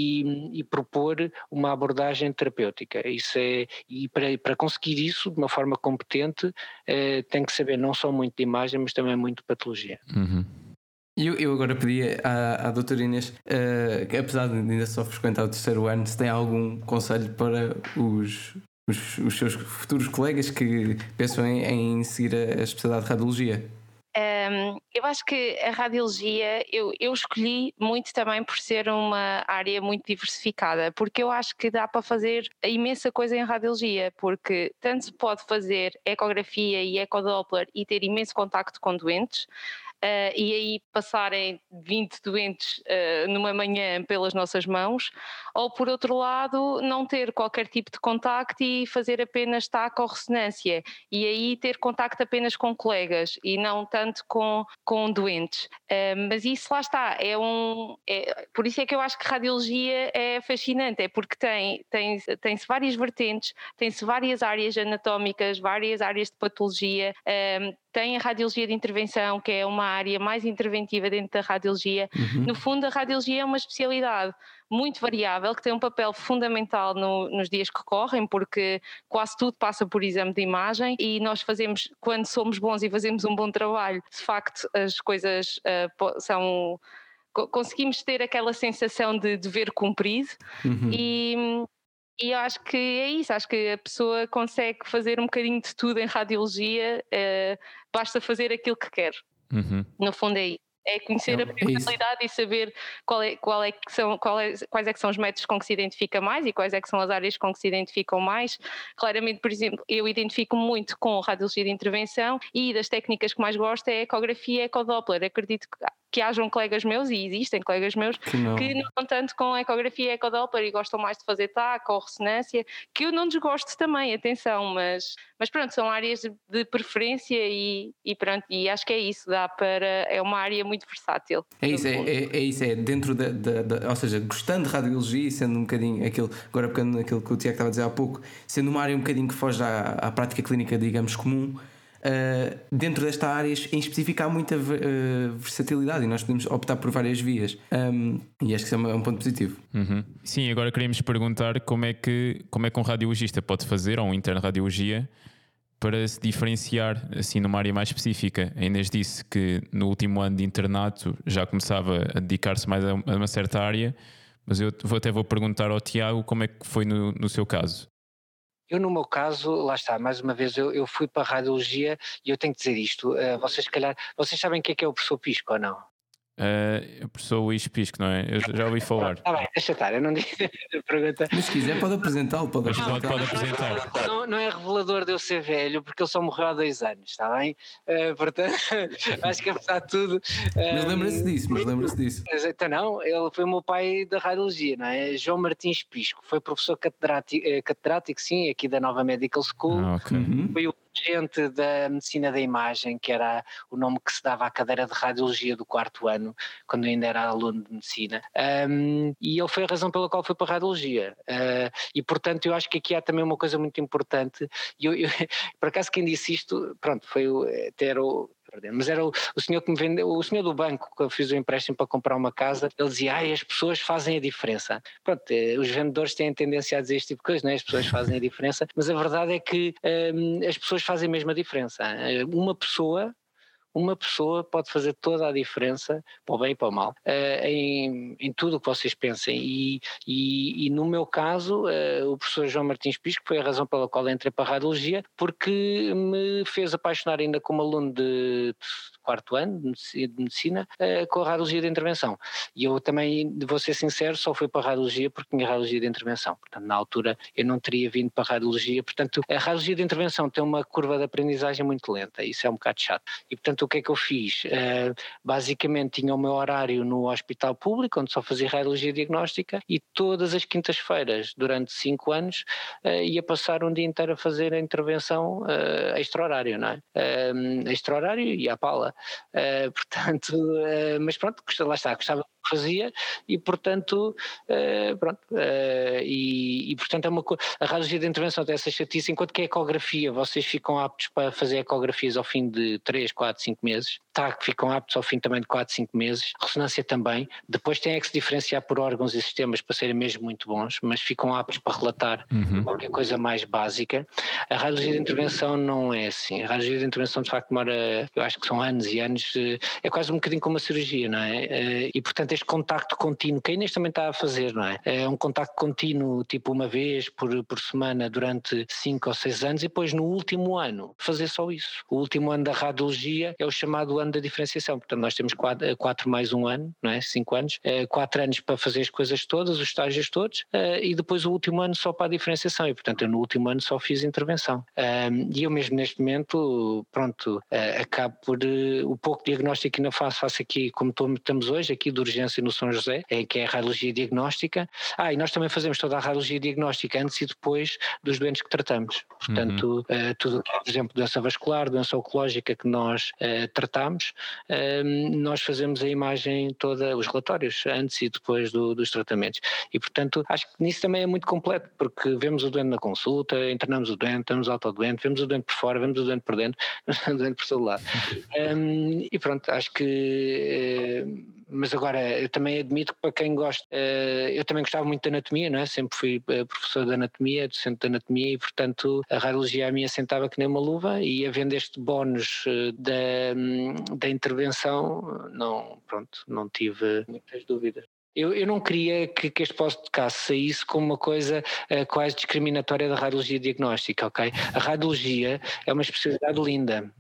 e propor uma abordagem terapêutica. E para conseguir isso de uma forma competente tem que saber não só muito de imagem, mas também muito de patologia. Eu agora pedi à doutora Inês, que apesar de ainda só frequentar o terceiro ano, se tem algum conselho para os seus futuros colegas que pensam em seguir a especialidade de radiologia? Eu acho que a radiologia eu escolhi muito também por ser uma área muito diversificada, porque eu acho que dá para fazer imensa coisa em radiologia, porque tanto se pode fazer ecografia e ecodoppler e ter imenso contacto com doentes, e aí passarem 20 doentes numa manhã pelas nossas mãos, ou por outro lado não ter qualquer tipo de contacto e fazer apenas TAC ou ressonância, e aí ter contacto apenas com colegas e não tanto com doentes. Mas isso lá está, por isso é que eu acho que radiologia é fascinante, é porque tem-se várias vertentes, tem-se várias áreas anatómicas, várias áreas de patologia, tem a radiologia de intervenção, que é uma área mais interventiva dentro da radiologia. No fundo, a radiologia é uma especialidade muito variável, que tem um papel fundamental nos dias que correm, porque quase tudo passa por exame de imagem e nós fazemos, quando somos bons e fazemos um bom trabalho, de facto as coisas conseguimos ter aquela sensação de dever cumprido. E eu acho que é isso, acho que a pessoa consegue fazer um bocadinho de tudo em radiologia, basta fazer aquilo que quer. No fundo é isso. É conhecer a personalidade e saber quais é que são os métodos com que se identifica mais e quais é que são as áreas com que se identificam mais. Claramente, por exemplo, eu identifico muito com a radiologia de intervenção e das técnicas que mais gosto é a ecografia e ecodoppler. Acredito que hajam colegas meus, e existem colegas meus, que não estão tanto com a ecografia e ecodoppler e gostam mais de fazer TAC ou ressonância, que eu não desgosto também, atenção, mas pronto, são áreas de preferência e pronto, e acho que é isso, é uma área muito versátil. É isso, é dentro ou seja, gostando de radiologia e sendo um bocadinho agora pegando naquilo que o Tiago estava a dizer há pouco, sendo uma área um bocadinho que foge à prática clínica, digamos, comum. Dentro desta área em específico há muita versatilidade e nós podemos optar por várias vias, e acho que isso é um ponto positivo. Sim, agora queríamos perguntar como é que um radiologista pode fazer, ou um interno de radiologia, para se diferenciar assim numa área mais específica. A Inês disse que no último ano de internato já começava a dedicar-se mais a uma certa área, mas eu vou perguntar ao Tiago como é que foi no seu caso. Eu, no meu caso, lá está, mais uma vez, eu fui para a radiologia e eu tenho que dizer isto. Vocês sabem o que é o professor Pisco ou não? O professor Luís Pisco, não é? Eu já ouvi falar. Está bem, deixa estar, eu não disse a pergunta. Mas se quiser pode apresentá-lo, pode apresentar. Não é revelador de eu ser velho, porque ele só morreu há 2 anos, está bem? Portanto, acho que apesar de tudo... Mas lembra-se disso. Então não, ele foi o meu pai da radiologia, não é? João Martins Pisco, foi professor catedrático, sim, aqui da Nova Medical School. Okay. Foi o regente da medicina da imagem, que era o nome que se dava à cadeira de radiologia do 4º ano, quando eu ainda era aluno de medicina, e ele foi a razão pela qual fui para a radiologia, e portanto eu acho que aqui há também uma coisa muito importante, por acaso quem disse isto, pronto, era o senhor que me vendeu, o senhor do banco que eu fiz o empréstimo para comprar uma casa. Ele dizia, as pessoas fazem a diferença. Pronto, os vendedores têm a tendência a dizer este tipo de coisas, não é? As pessoas fazem a diferença, mas a verdade é que as pessoas fazem mesmo a diferença. Uma pessoa pode fazer toda a diferença, para o bem e para o mal, em tudo o que vocês pensem. E no meu caso, o professor João Martins Pisco foi a razão pela qual entrei para a radiologia, porque me fez apaixonar ainda como aluno de 4º ano de medicina, com a radiologia de intervenção. E eu também, vou ser sincero, só fui para a radiologia porque tinha radiologia de intervenção. Portanto, na altura eu não teria vindo para a radiologia. Portanto, a radiologia de intervenção tem uma curva de aprendizagem muito lenta. Isso é um bocado chato. E portanto, o que é que eu fiz? Basicamente tinha o meu horário no hospital público, onde só fazia radiologia diagnóstica, e todas as quintas-feiras, durante 5 anos, ia passar um dia inteiro a fazer a intervenção extra-horário, não é? Extra-horário e à pala. Portanto, mas pronto, lá está, gostava do que fazia e portanto, portanto é uma coisa, a radiologia de intervenção tem essa chatice, enquanto que a ecografia, vocês ficam aptos para fazer ecografias ao fim de 3, 4, 5 meses, TAC ficam aptos ao fim também de 4, 5 meses, ressonância também, depois tem que se diferenciar por órgãos e sistemas para serem mesmo muito bons, mas ficam aptos para relatar qualquer coisa mais básica. A radiologia de intervenção não é assim, a radiologia de intervenção de facto demora, eu acho que são anos e anos, é quase um bocadinho como uma cirurgia, não é? E portanto este contacto contínuo, que a Inês também está a fazer, não é? É um contacto contínuo, tipo uma vez por semana durante 5 ou 6 anos, e depois no último ano fazer só isso. O último ano da radiologia é o chamado ano da diferenciação, portanto nós temos 4 mais 1 ano, não é? 5 anos, 4 anos para fazer as coisas todas, os estágios todos, e depois o último ano só para a diferenciação, e portanto eu no último ano só fiz intervenção. E eu mesmo neste momento, pronto, acabo por o pouco diagnóstico que ainda faço aqui, como estamos hoje, aqui de urgência Conferência no São José, que é a radiologia diagnóstica. E nós também fazemos toda a radiologia diagnóstica antes e depois dos doentes que tratamos. Portanto, tudo, por exemplo, doença vascular, doença oncológica que nós tratamos, nós fazemos a imagem toda, os relatórios antes e depois dos tratamentos. E, portanto, acho que nisso também é muito completo, porque vemos o doente na consulta, internamos o doente, damos alta ao doente, vemos o doente por fora, vemos o doente por dentro, vemos o doente por todo lado. E pronto, acho que... mas agora, eu também admito que para quem gosta... eu também gostava muito de anatomia, não é? Sempre fui professor de anatomia, docente de anatomia, e, portanto, a radiologia a mim assentava que nem uma luva, e havendo este bónus da intervenção, não tive muitas dúvidas. Eu não queria que este podcast saísse como uma coisa quase discriminatória da radiologia diagnóstica, ok? A radiologia é uma especialidade linda,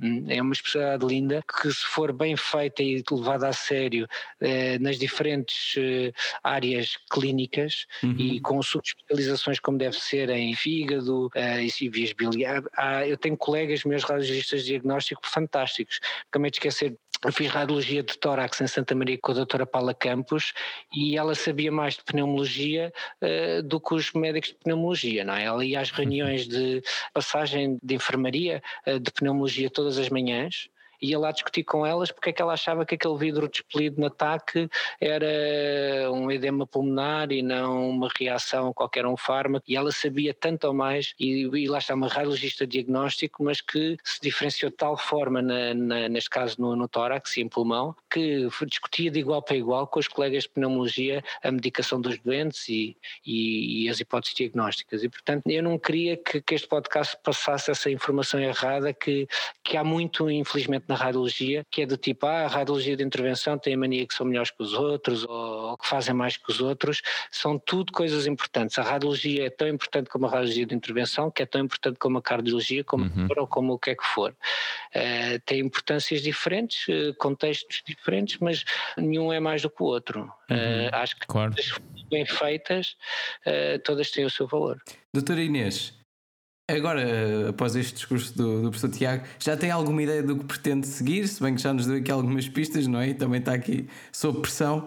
que, se for bem feita e levada a sério nas diferentes áreas clínicas e com subespecializações como deve ser em fígado e vias biliares. Eu tenho colegas meus radiologistas de diagnóstico fantásticos. Acabei de esquecer, eu fiz radiologia de tórax em Santa Maria com a doutora Paula Campos, e ela sabia mais de pneumologia do que os médicos de pneumologia, não é? Ela ia às reuniões de passagem de enfermaria de pneumologia todas as manhãs, ia lá discutir com elas porque é que ela achava que aquele vidro despelido na TAC era um edema pulmonar e não uma reação a qualquer fármaco, e ela sabia tanto ou mais, e lá está, uma radiologista diagnóstico, mas que se diferenciou de tal forma, neste caso no tórax e em pulmão, que discutia de igual para igual com os colegas de pneumologia a medicação dos doentes e as hipóteses diagnósticas. E, portanto, eu não queria que este podcast passasse essa informação errada que há muito, infelizmente, na radiologia, que é do tipo, a radiologia de intervenção tem a mania que são melhores que os outros, ou que fazem mais que os outros. São tudo coisas importantes. A radiologia é tão importante como a radiologia de intervenção, que é tão importante como a cardiologia, como ou como o que é que for. Tem importâncias diferentes, contextos diferentes, mas nenhum é mais do que o outro. Acho que todas bem feitas, todas têm o seu valor. Doutora Inês, agora, após este discurso do professor Tiago, já tem alguma ideia do que pretende seguir? Se bem que já nos deu aqui algumas pistas, não é? E também está aqui sob pressão.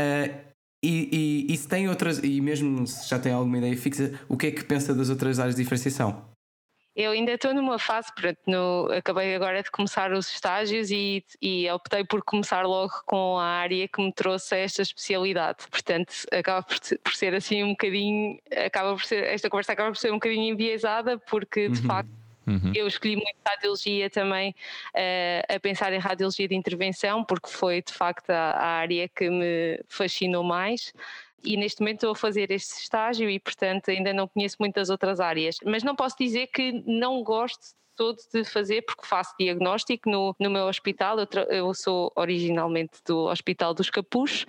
E se tem outras, e mesmo se já tem alguma ideia fixa, o que é que pensa das outras áreas de diferenciação? Eu ainda estou numa fase, acabei agora de começar os estágios e optei por começar logo com a área que me trouxe a esta especialidade. Portanto, acaba por ser assim um bocadinho, esta conversa acaba por ser um bocadinho enviesada, porque de facto eu escolhi muito radiologia também, a pensar em radiologia de intervenção, porque foi de facto a área que me fascinou mais. E neste momento estou a fazer este estágio e, portanto, ainda não conheço muitas outras áreas. Mas não posso dizer que não gosto todo de fazer, porque faço diagnóstico no meu hospital. Eu sou originalmente do Hospital dos Capuz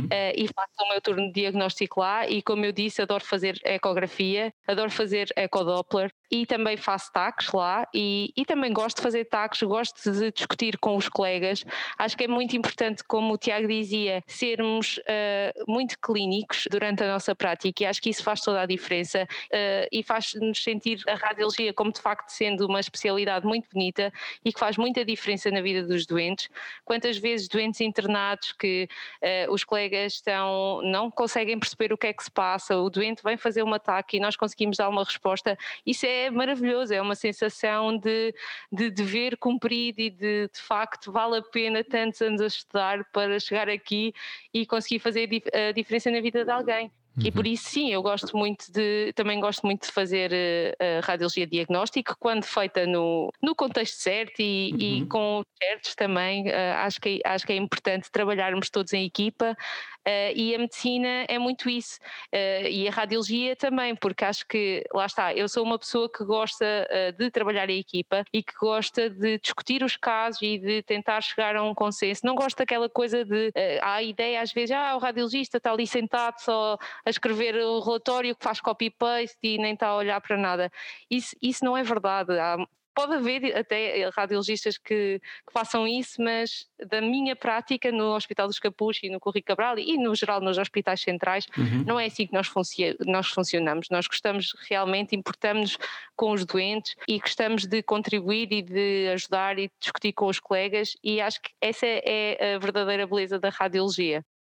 e faço o meu turno de diagnóstico lá, e, como eu disse, adoro fazer ecografia, adoro fazer ecodoppler e também faço TACs lá, e também gosto de fazer TACs, gosto de discutir com os colegas. Acho que é muito importante, como o Tiago dizia, sermos muito clínicos durante a nossa prática, e acho que isso faz toda a diferença e faz-nos sentir a radiologia como de facto sendo uma especialidade muito bonita e que faz muita diferença na vida dos doentes. Quantas vezes doentes internados que os colegas não conseguem perceber o que é que se passa, o doente vem fazer um ataque e nós conseguimos dar uma resposta. Isso é maravilhoso, é uma sensação de dever cumprido e de facto vale a pena tantos anos a estudar para chegar aqui e conseguir fazer a diferença na vida de alguém. E por isso, sim, eu também gosto muito de fazer radiologia diagnóstica, quando feita no contexto certo e com os certos também. Acho que é importante trabalharmos todos em equipa, e a medicina é muito isso, e a radiologia também, porque acho que, lá está, eu sou uma pessoa que gosta de trabalhar em equipa e que gosta de discutir os casos e de tentar chegar a um consenso. Não gosto daquela coisa de, há a ideia às vezes, o radiologista está ali sentado só a escrever o relatório, que faz copy-paste e nem está a olhar para nada. Isso não é verdade. Pode haver até radiologistas que façam isso, mas da minha prática no Hospital dos Capuz e no Correio Cabral e no geral nos hospitais centrais, não é assim que nós funcionamos. Nós gostamos realmente, importamos-nos com os doentes e gostamos de contribuir e de ajudar e de discutir com os colegas, e acho que essa é a verdadeira beleza da radiologia.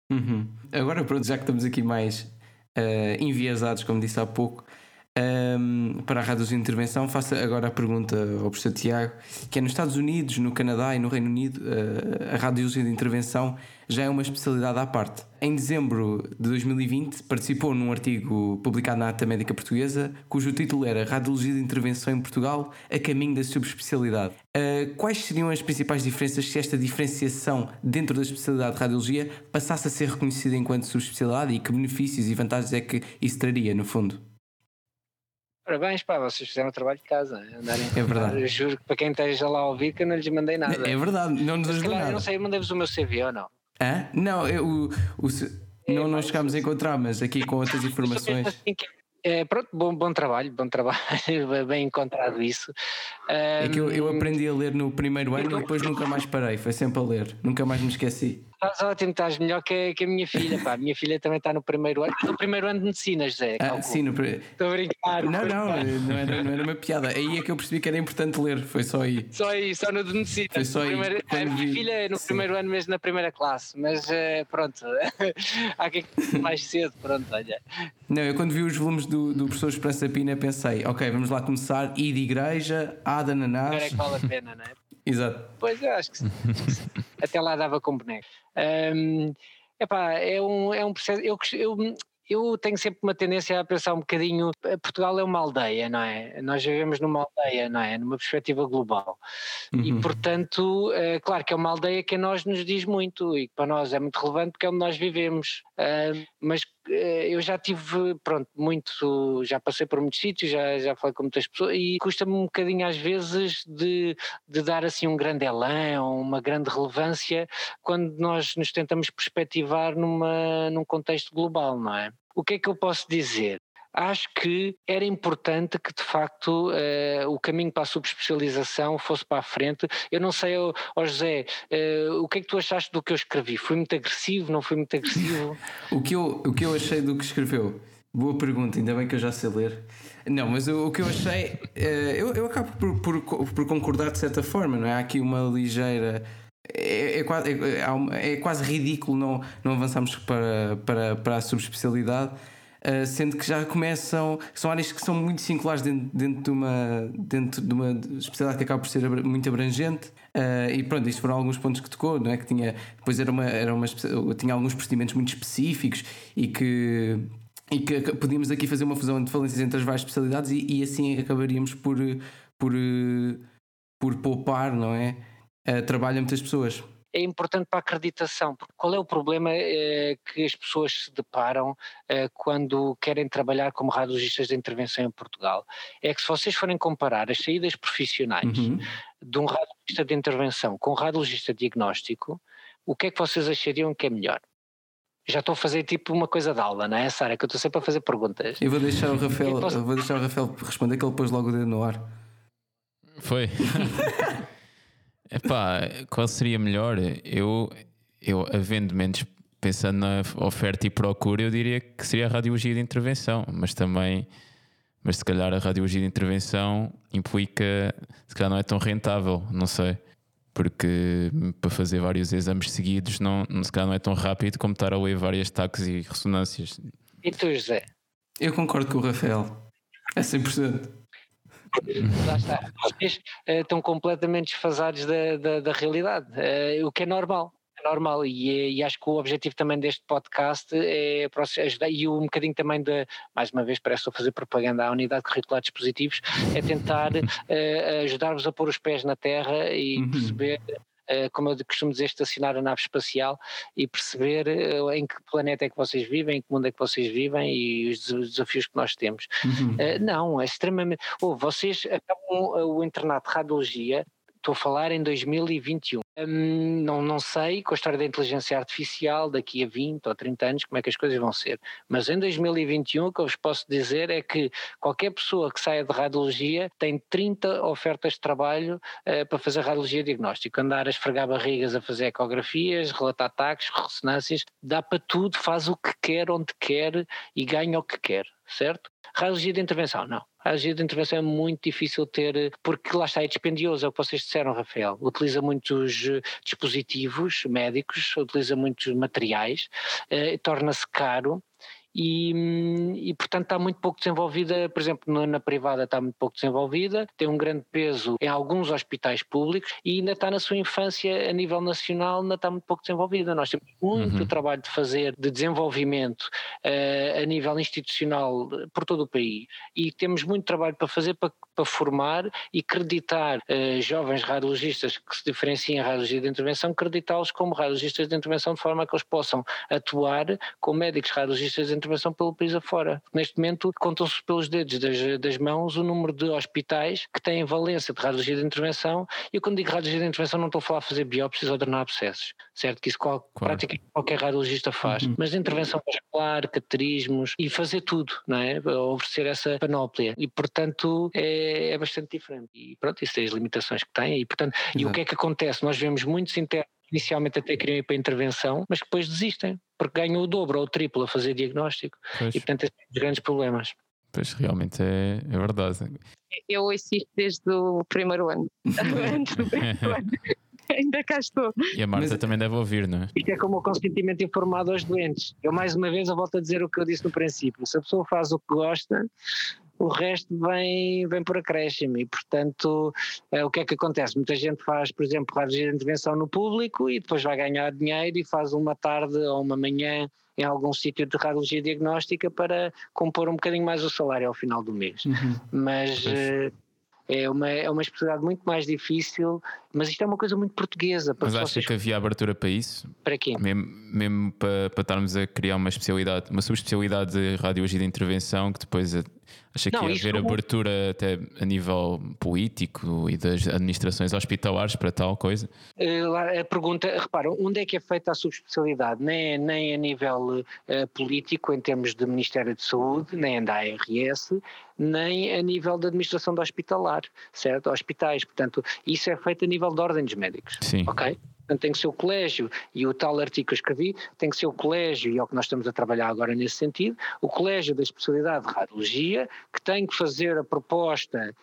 Agora, pronto, já que estamos aqui mais enviesados, como disse há pouco, para a rádio de intervenção, faço agora a pergunta ao professor Tiago, que é nos Estados Unidos, no Canadá e no Reino Unido, a radiologia de intervenção já é uma especialidade à parte. Em dezembro de 2020 participou num artigo publicado na Ata Médica Portuguesa, cujo título era Radiologia de Intervenção em Portugal, a caminho da subespecialidade. Quais seriam as principais diferenças se esta diferenciação dentro da especialidade de radiologia passasse a ser reconhecida enquanto subespecialidade, e que benefícios e vantagens é que isso traria, no fundo? Parabéns, pá, vocês fizeram o trabalho de casa. Andarem É verdade. Eu juro que para quem esteja lá a ouvir que eu não lhes mandei nada. É verdade, não nos ajudou Eu nada. não sei, mandei-vos o meu CV ou não? Hã? Não, não chegámos a encontrar, mas aqui com outras informações. Pronto, bom trabalho, bem encontrado isso. É que eu aprendi a ler no primeiro ano e depois nunca mais parei, foi sempre a ler, nunca mais me esqueci. Estás ótimo, estás melhor que a minha filha, pá. A minha filha também está no primeiro ano de medicina, José. Sim, Estou a brincar. Não era uma piada. Aí é que eu percebi que era importante ler, foi só aí. Só aí, só no de medicina. Foi só aí. A minha filha é no primeiro ano mesmo, na primeira classe, mas pronto, há que mais cedo, pronto, olha. Não, eu quando vi os volumes do professor Esperança Pina pensei, ok, vamos lá começar, ir de igreja, A de ananás. Agora é que vale a pena, não é? Exato. Pois eu acho que sim. Até lá dava com boneco. Epá, é um processo. Eu tenho sempre uma tendência a pensar um bocadinho. Portugal é uma aldeia, não é? Nós vivemos numa aldeia, não é? Numa perspectiva global. E portanto, claro que é uma aldeia que a nós nos diz muito e que para nós é muito relevante porque é onde nós vivemos. Mas eu já tive, pronto, já passei por muitos sítios, já falei com muitas pessoas e custa-me um bocadinho às vezes de dar assim um grande elan ou uma grande relevância quando nós nos tentamos perspectivar num contexto global, não é? O que é que eu posso dizer? Acho que era importante que de facto o caminho para a subespecialização fosse para a frente. Eu não sei, José, o que é que tu achaste do que eu escrevi? Foi muito agressivo, não foi muito agressivo? O que eu achei do que escreveu? Boa pergunta, ainda bem que eu já sei ler. Não, mas o que eu achei, eu acabo por concordar de certa forma, não é? Há aqui uma ligeira... É quase ridículo não avançarmos para a subespecialidade, sendo que já começam, são áreas que são muito singulares dentro de uma especialidade que acaba por ser muito abrangente, e pronto, isto foram alguns pontos que tocou, não é? Que depois tinha alguns procedimentos muito específicos e que podíamos aqui fazer uma fusão de valências entre as várias especialidades e assim acabaríamos por poupar, não é? Trabalho a muitas pessoas. É importante para a acreditação, porque qual é o problema que as pessoas se deparam quando querem trabalhar como radiologistas de intervenção em Portugal? É que se vocês forem comparar as saídas profissionais de um radiologista de intervenção com um radiologista de diagnóstico, o que é que vocês achariam que é melhor? Já estou a fazer tipo uma coisa de aula, não é, Sara? Que eu estou sempre a fazer perguntas. Eu vou deixar o Rafael responder, que ele pôs logo o dedo no ar. Foi. Epá, qual seria melhor? Eu havendo menos, pensando na oferta e procura, eu diria que seria a radiologia de intervenção, mas se calhar a radiologia de intervenção implica, se calhar não é tão rentável, não sei, porque para fazer vários exames seguidos se calhar não é tão rápido como estar a ler várias taques e ressonâncias. E tu, José? Eu concordo com o Rafael, é 100%. Lá está, vocês estão completamente desfasados da realidade, o que é normal. E acho que o objetivo também deste podcast é ajudar, e um bocadinho também mais uma vez parece que estou a fazer propaganda à Unidade Curricular de Dispositivos, é tentar ajudar-vos a pôr os pés na terra e perceber, como eu costumo dizer, estacionar a nave espacial e perceber em que planeta é que vocês vivem, em que mundo é que vocês vivem e os desafios que nós temos. Não, é extremamente... vocês acabam o internato de radiologia, estou a falar em 2021. Não sei, com a história da inteligência artificial, daqui a 20 ou 30 anos, como é que as coisas vão ser. Mas em 2021, o que eu vos posso dizer é que qualquer pessoa que saia de radiologia tem 30 ofertas de trabalho para fazer radiologia diagnóstica. Andar a esfregar barrigas, a fazer ecografias, relatar ataques, ressonâncias, dá para tudo, faz o que quer, onde quer e ganha o que quer, certo? Radiologia de intervenção, não. A radiologia de intervenção é muito difícil ter, porque lá está, é dispendioso, é o que vocês disseram, Rafael. Utiliza muitos dispositivos médicos, utiliza muitos materiais, torna-se caro. E portanto está muito pouco desenvolvida, por exemplo na privada está muito pouco desenvolvida, tem um grande peso em alguns hospitais públicos e ainda está na sua infância a nível nacional, ainda está muito pouco desenvolvida. Nós temos muito trabalho de fazer de desenvolvimento a nível institucional por todo o país e temos muito trabalho para fazer para formar e acreditar jovens radiologistas que se diferenciem em radiologia de intervenção, acreditá-los como radiologistas de intervenção de forma a que eles possam atuar como médicos radiologistas de intervenção pelo país afora. Neste momento contam-se pelos dedos das mãos o número de hospitais que têm valência de radiologia de intervenção, e eu quando digo radiologia de intervenção não estou a falar de fazer biópsias ou drenar abscessos, certo? Que isso praticamente qualquer radiologista faz, mas de intervenção vascular, cateterismos e fazer tudo, não é? Oferecer essa panóplia e portanto é bastante diferente e pronto, isso tem as limitações que tem e portanto, e o que é que acontece? Nós vemos muitos internos inicialmente até queriam ir para a intervenção, mas que depois desistem, porque ganham o dobro ou o triplo a fazer diagnóstico. Pois. E portanto esses são os grandes problemas. Pois realmente é verdade. Eu ouço isto desde o primeiro ano. Antes do primeiro ano. Ainda cá estou. E a Marta também deve ouvir, não é? Isto é como o consentimento informado aos doentes. Eu mais uma vez volto a dizer o que eu disse no princípio. Se a pessoa faz o que gosta, o resto vem por acréscimo e, portanto, o que é que acontece? Muita gente faz, por exemplo, radiologia de intervenção no público e depois vai ganhar dinheiro e faz uma tarde ou uma manhã em algum sítio de radiologia diagnóstica para compor um bocadinho mais o salário ao final do mês. Mas é uma especialidade muito mais difícil, mas isto é uma coisa muito portuguesa. Mas acha que havia abertura para isso? Para quê? Mesmo para estarmos a criar uma especialidade, uma subespecialidade de radiologia de intervenção que depois acha que ia haver abertura até a nível político e das administrações hospitalares para tal coisa? A pergunta, repara, onde é que é feita a subespecialidade? Nem a nível político, em termos de Ministério de Saúde, nem da ARS, nem a nível da administração do hospitalar, certo? Hospitais, portanto, isso é feito a nível de ordens médicos. Sim. Ok? Portanto, tem que ser o colégio, e o tal artigo que eu escrevi, tem que ser o colégio, e é o que nós estamos a trabalhar agora nesse sentido, o colégio da especialidade de radiologia, que tem que fazer a proposta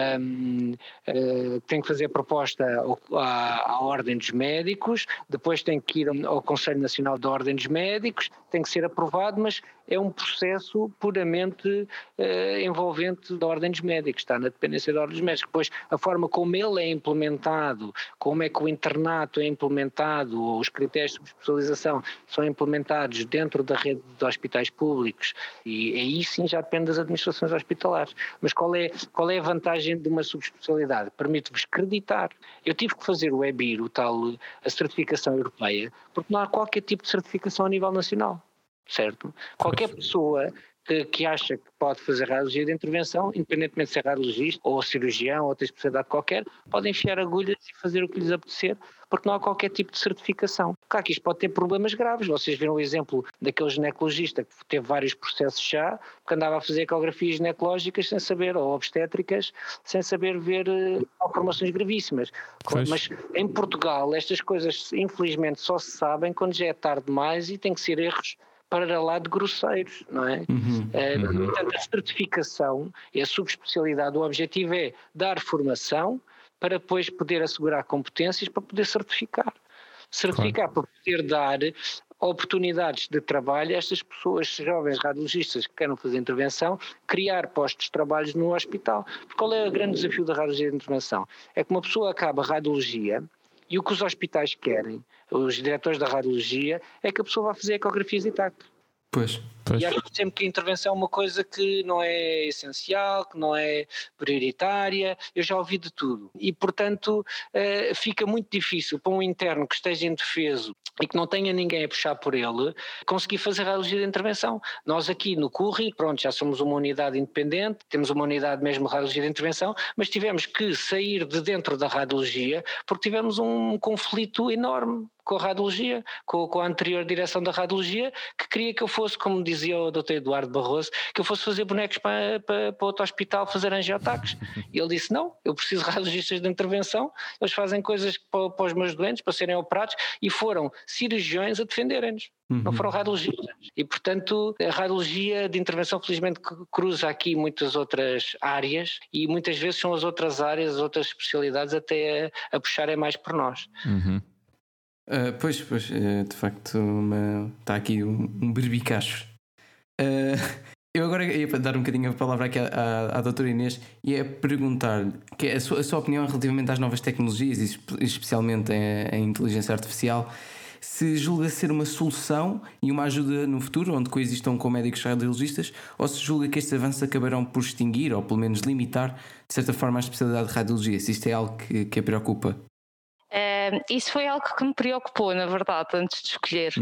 à Ordem dos Médicos, depois tem que ir ao Conselho Nacional da Ordem dos Médicos, tem que ser aprovado, mas é um processo puramente envolvente da Ordem dos Médicos, está na dependência da Ordem dos Médicos. Depois, a forma como ele é implementado, como é que o internato é implementado, ou os critérios de subespecialização são implementados dentro da rede de hospitais públicos, e aí sim já depende das administrações hospitalares. Mas qual é a vantagem de uma subespecialidade? Permite-vos acreditar. Eu tive que fazer o EBIR, a certificação europeia, porque não há qualquer tipo de certificação a nível nacional, certo? Qualquer pessoa que acha que pode fazer radiologia de intervenção, independentemente de ser radiologista ou cirurgião ou outra especialidade qualquer, pode enfiar agulhas e fazer o que lhes apetecer, porque não há qualquer tipo de certificação. Claro que isto pode ter problemas graves. Vocês viram o exemplo daquele ginecologista que teve vários processos já, que andava a fazer ecografias ginecológicas sem saber, ou obstétricas, sem saber ver malformações gravíssimas. Pois. Mas em Portugal estas coisas infelizmente só se sabem quando já é tarde demais e tem que ser erros para lá de grosseiros, não é? Portanto, a certificação e a subespecialidade, o objetivo é dar formação para depois poder assegurar competências para poder certificar. Certificar para poder dar oportunidades de trabalho a estas pessoas, jovens radiologistas que queiram fazer intervenção, criar postos de trabalho no hospital. Porque qual é o grande desafio da radiologia de intervenção? É que uma pessoa acaba a radiologia e o que os hospitais querem, os diretores da radiologia, é que a pessoa vá fazer ecografias de tacto. Pois. E acho sempre que a intervenção é uma coisa que não é essencial, que não é prioritária. Eu já ouvi de tudo e, portanto, fica muito difícil para um interno que esteja indefeso e que não tenha ninguém a puxar por ele, conseguir fazer radiologia de intervenção. Nós aqui no CURRI, pronto, já somos uma unidade independente, temos uma unidade mesmo de radiologia de intervenção, mas tivemos que sair de dentro da radiologia porque tivemos um conflito enorme com a radiologia, com a anterior direção da radiologia, que queria que eu fosse, como dizia ao Dr. Eduardo Barroso que eu fosse fazer bonecos para outro hospital fazer angiotaques. E ele disse, não, eu preciso de radiologistas de intervenção, eles fazem coisas para os meus doentes, para serem operados, e foram cirurgiões a defenderem-nos. Não foram radiologistas. E, portanto, a radiologia de intervenção, felizmente, cruza aqui muitas outras áreas e muitas vezes são as outras áreas, as outras especialidades até a puxarem mais por nós. Pois, de facto, está aqui um berbicacho. Eu agora ia dar um bocadinho a palavra aqui à doutora Inês e é perguntar-lhe que a sua opinião relativamente às novas tecnologias e especialmente a inteligência artificial, se julga ser uma solução e uma ajuda no futuro, onde coexistam com médicos radiologistas, ou se julga que estes avanços acabarão por extinguir ou pelo menos limitar, de certa forma, a especialidade de radiologia, se isto é algo que a preocupa? Isso foi algo que me preocupou, na verdade, antes de escolher.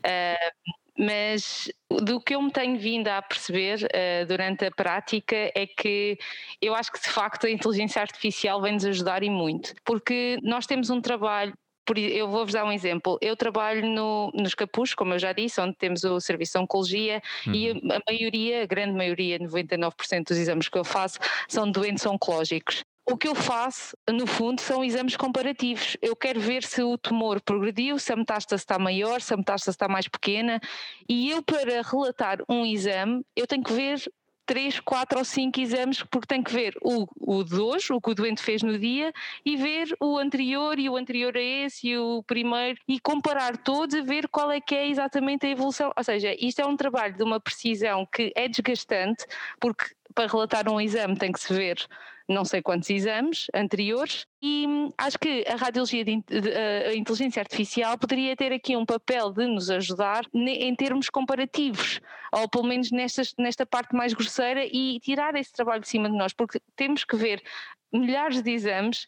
Mas do que eu me tenho vindo a perceber durante a prática é que eu acho que de facto a inteligência artificial vem-nos ajudar e muito, porque nós temos um trabalho. Eu vou-vos dar um exemplo. Eu trabalho nos Capuz, como eu já disse, onde temos o serviço de oncologia e a grande maioria, 99% dos exames que eu faço são de doentes oncológicos. O que eu faço, no fundo, são exames comparativos. Eu quero ver se o tumor progrediu, se a metástase está maior, se a metástase está mais pequena, e eu, para relatar um exame, eu tenho que ver 3, 4 ou 5 exames, porque tenho que ver o de hoje, o que o doente fez no dia, e ver o anterior e o anterior a esse e o primeiro, e comparar todos a ver qual é que é exatamente a evolução. Ou seja, isto é um trabalho de uma precisão que é desgastante, porque para relatar um exame tem que se ver não sei quantos exames anteriores, e acho que a radiologia a inteligência artificial poderia ter aqui um papel de nos ajudar em termos comparativos, ou pelo menos nesta parte mais grosseira, e tirar esse trabalho de cima de nós, porque temos que ver milhares de exames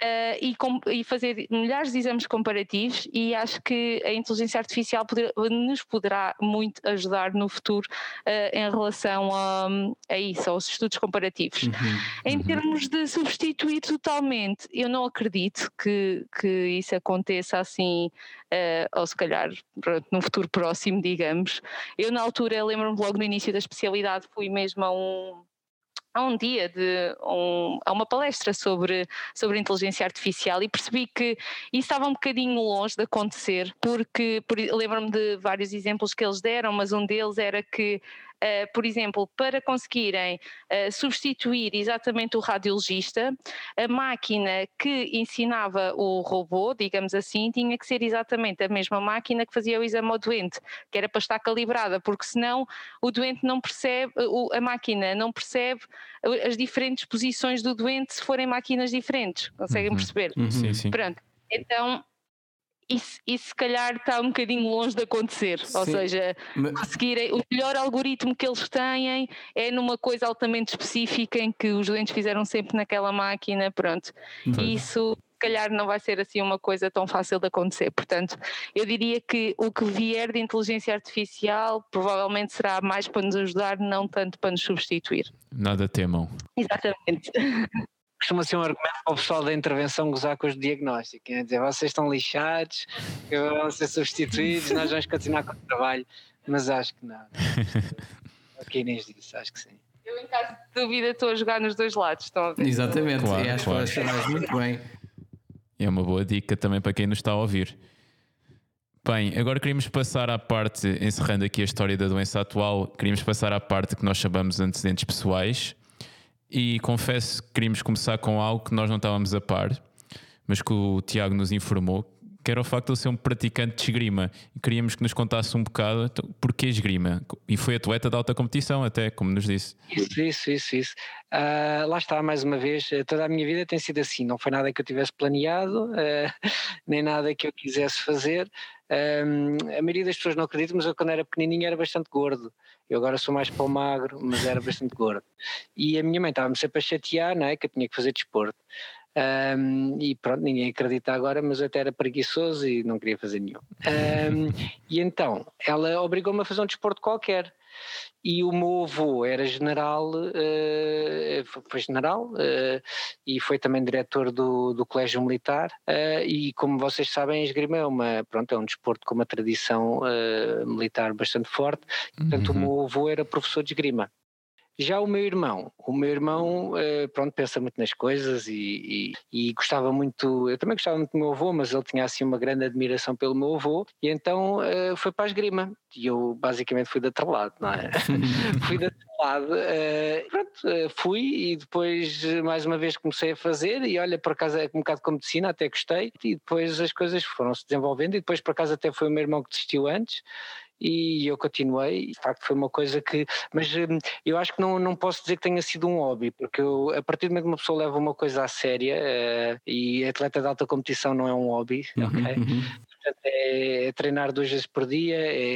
e fazer milhares de exames comparativos, e acho que a inteligência artificial nos poderá muito ajudar no futuro em relação a isso, aos estudos comparativos. Em termos de substituir totalmente, eu não acredito que isso aconteça assim, ou se calhar num futuro próximo, digamos. Eu na altura, lembro-me logo no início da especialidade, fui mesmo a um dia a uma palestra sobre inteligência artificial, e percebi que isso estava um bocadinho longe de acontecer, porque lembro-me de vários exemplos que eles deram, mas um deles era que por exemplo, para conseguirem substituir exatamente o radiologista, a máquina que ensinava o robô, digamos assim, tinha que ser exatamente a mesma máquina que fazia o exame ao doente, que era para estar calibrada, porque senão o doente não percebe, a máquina não percebe as diferentes posições do doente se forem máquinas diferentes. Conseguem perceber? Sim, sim. Pronto. Então, isso se calhar está um bocadinho longe de acontecer. Sim, ou seja, conseguirem, o melhor algoritmo que eles têm é numa coisa altamente específica em que os doentes fizeram sempre naquela máquina, pronto. E isso se calhar não vai ser assim uma coisa tão fácil de acontecer. Portanto, eu diria que o que vier de inteligência artificial provavelmente será mais para nos ajudar, não tanto para nos substituir. Nada temam. Exatamente. Costuma ser um argumento para o pessoal da intervenção gozar com os diagnósticos, quer dizer, vocês estão lixados, vão ser substituídos, nós vamos continuar com o trabalho, mas acho que não. O que a Inês disse, acho que sim. Eu, em caso de dúvida, estou a jogar nos dois lados, estão a ver? Exatamente, claro, e acho que funcionas muito bem. É uma boa dica também para quem nos está a ouvir. Bem, agora queríamos passar à parte, encerrando aqui a história da doença atual, queríamos passar à parte que nós chamamos antecedentes pessoais. E confesso que queríamos começar com algo que nós não estávamos a par, mas que o Tiago nos informou, que era o facto de ele ser um praticante de esgrima. E queríamos que nos contasse um bocado porquê esgrima. E foi atleta de alta competição até, como nos disse. Isso. Lá está, mais uma vez, toda a minha vida tem sido assim. Não foi nada que eu tivesse planeado, nem nada que eu quisesse fazer. A maioria das pessoas não acredita, mas eu quando era pequenininho era bastante gordo. Eu agora sou mais para o magro, mas era bastante gordo. E a minha mãe estava-me sempre a chatear, não é? Que eu tinha que fazer desporto. E pronto, ninguém acredita agora, mas eu até era preguiçoso e não queria fazer nenhum. E então, ela obrigou-me a fazer um desporto qualquer. E o meu avô era general, foi general, e foi também diretor do Colégio Militar, e como vocês sabem, a esgrima é um desporto com uma tradição militar bastante forte, portanto o meu avô era professor de esgrima. Já o meu irmão, pronto, pensa muito nas coisas e gostava muito, eu também gostava muito do meu avô, mas ele tinha assim uma grande admiração pelo meu avô, e então foi para a esgrima, e eu basicamente fui de outro lado, não é? Fui de outro lado, fui e depois mais uma vez comecei a fazer, e olha, por acaso é um bocado com medicina, até gostei, e depois as coisas foram-se desenvolvendo, e depois por acaso até foi o meu irmão que desistiu antes, e eu continuei, de facto foi uma coisa que, mas eu acho que não posso dizer que tenha sido um hobby, porque a partir do momento que uma pessoa leva uma coisa à séria, e atleta de alta competição não é um hobby, ok? Portanto, é treinar 2 vezes por dia,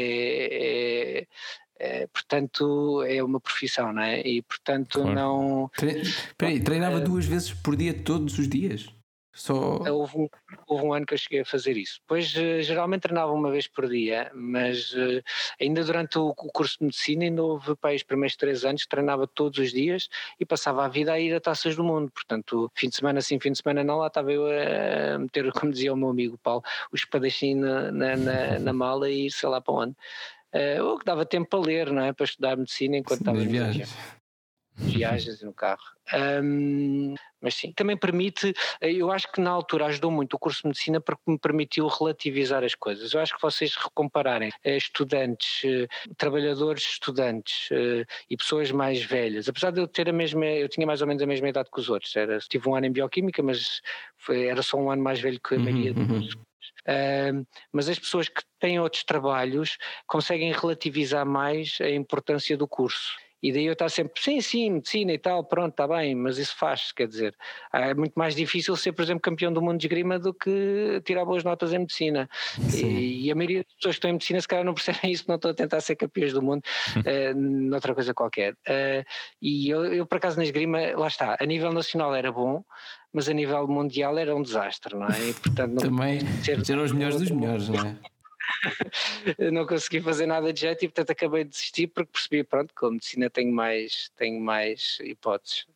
portanto é uma profissão, não é? E portanto Claro. não... Treinava 2 vezes por dia todos os dias? Só... Houve um ano que eu cheguei a fazer isso. Depois geralmente treinava uma vez por dia, mas ainda durante o curso de medicina ainda houve os primeiros 3 anos que treinava todos os dias e passava a vida a ir a taças do mundo. Portanto, fim de semana sim, fim de semana não, lá estava eu a meter, como dizia o meu amigo Paulo, o espadachim na mala e ir sei lá para onde. Ou que dava tempo para ler, não é? Para estudar medicina enquanto estava nas nas viagens e no carro. Mas sim, também permite, eu acho que na altura ajudou muito o curso de medicina porque me permitiu relativizar as coisas. Eu acho que vocês recompararem estudantes, trabalhadores estudantes e pessoas mais velhas, apesar de eu ter eu tinha mais ou menos a mesma idade que os outros, tive um ano em bioquímica, mas era só um ano mais velho que a maioria dos mas as pessoas que têm outros trabalhos conseguem relativizar mais a importância do curso. E daí eu estar sempre, sim, medicina e tal, pronto, está bem, mas isso faz, quer dizer, é muito mais difícil ser, por exemplo, campeão do mundo de esgrima do que tirar boas notas em medicina. E a maioria das pessoas que estão em medicina se calhar não percebem isso, não estão a tentar ser campeões do mundo noutra coisa qualquer. E eu por acaso na esgrima, lá está, a nível nacional era bom, mas a nível mundial era um desastre, não é? E, portanto, também eram os melhores dos melhores, não é? Não consegui fazer nada de jeito e portanto acabei de desistir porque percebi, pronto, que a medicina tenho mais hipóteses.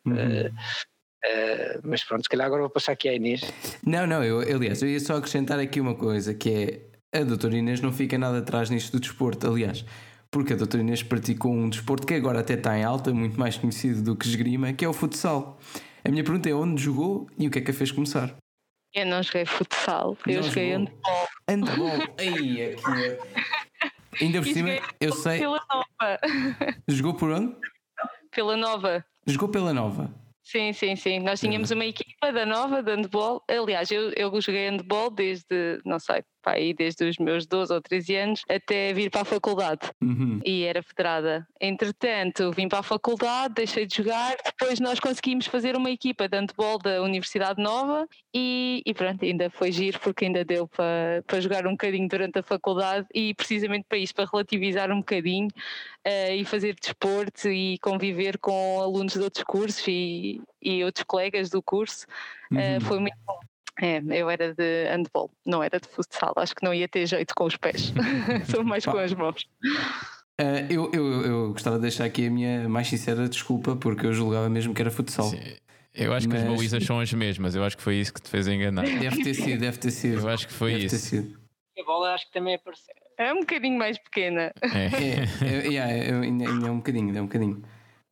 Mas pronto, se calhar agora vou passar aqui à Inês. Não, aliás, eu ia só acrescentar aqui uma coisa, que é a doutora Inês não fica nada atrás nisto do desporto, aliás, porque a doutora Inês praticou um desporto que agora até está em alta, muito mais conhecido do que esgrima, que é o futsal. A minha pergunta é onde jogou e o que é que a fez começar? Eu não joguei futsal, eu joguei handball. Handball? Ei, aqui ainda por cima, eu sei. Pela Nova. Jogou por onde? Pela Nova. Jogou pela Nova. Sim. Nós tínhamos uma equipa da Nova de handball. Aliás, eu joguei handball desde, não sei, desde os meus 12 ou 13 anos até vir para a faculdade. E era federada. Entretanto, vim para a faculdade, deixei de jogar. Depois nós conseguimos fazer uma equipa de handball da Universidade Nova e pronto, ainda foi giro porque ainda deu para jogar um bocadinho durante a faculdade e precisamente para isso, para relativizar um bocadinho e fazer desporto e conviver com alunos de outros cursos e outros colegas do curso. Foi muito bom. Eu era de handball, não era de futsal, acho que não ia ter jeito com os pés, sou mais com as mãos. Eu gostava de deixar aqui a minha mais sincera desculpa, porque eu julgava mesmo que era futsal. Sim. Eu acho que as balizas são as mesmas, eu acho que foi isso que te fez enganar. Deve ter sido. Eu acho que foi isso. A bola acho que também é parecida. É um bocadinho mais pequena. Ainda é um bocadinho.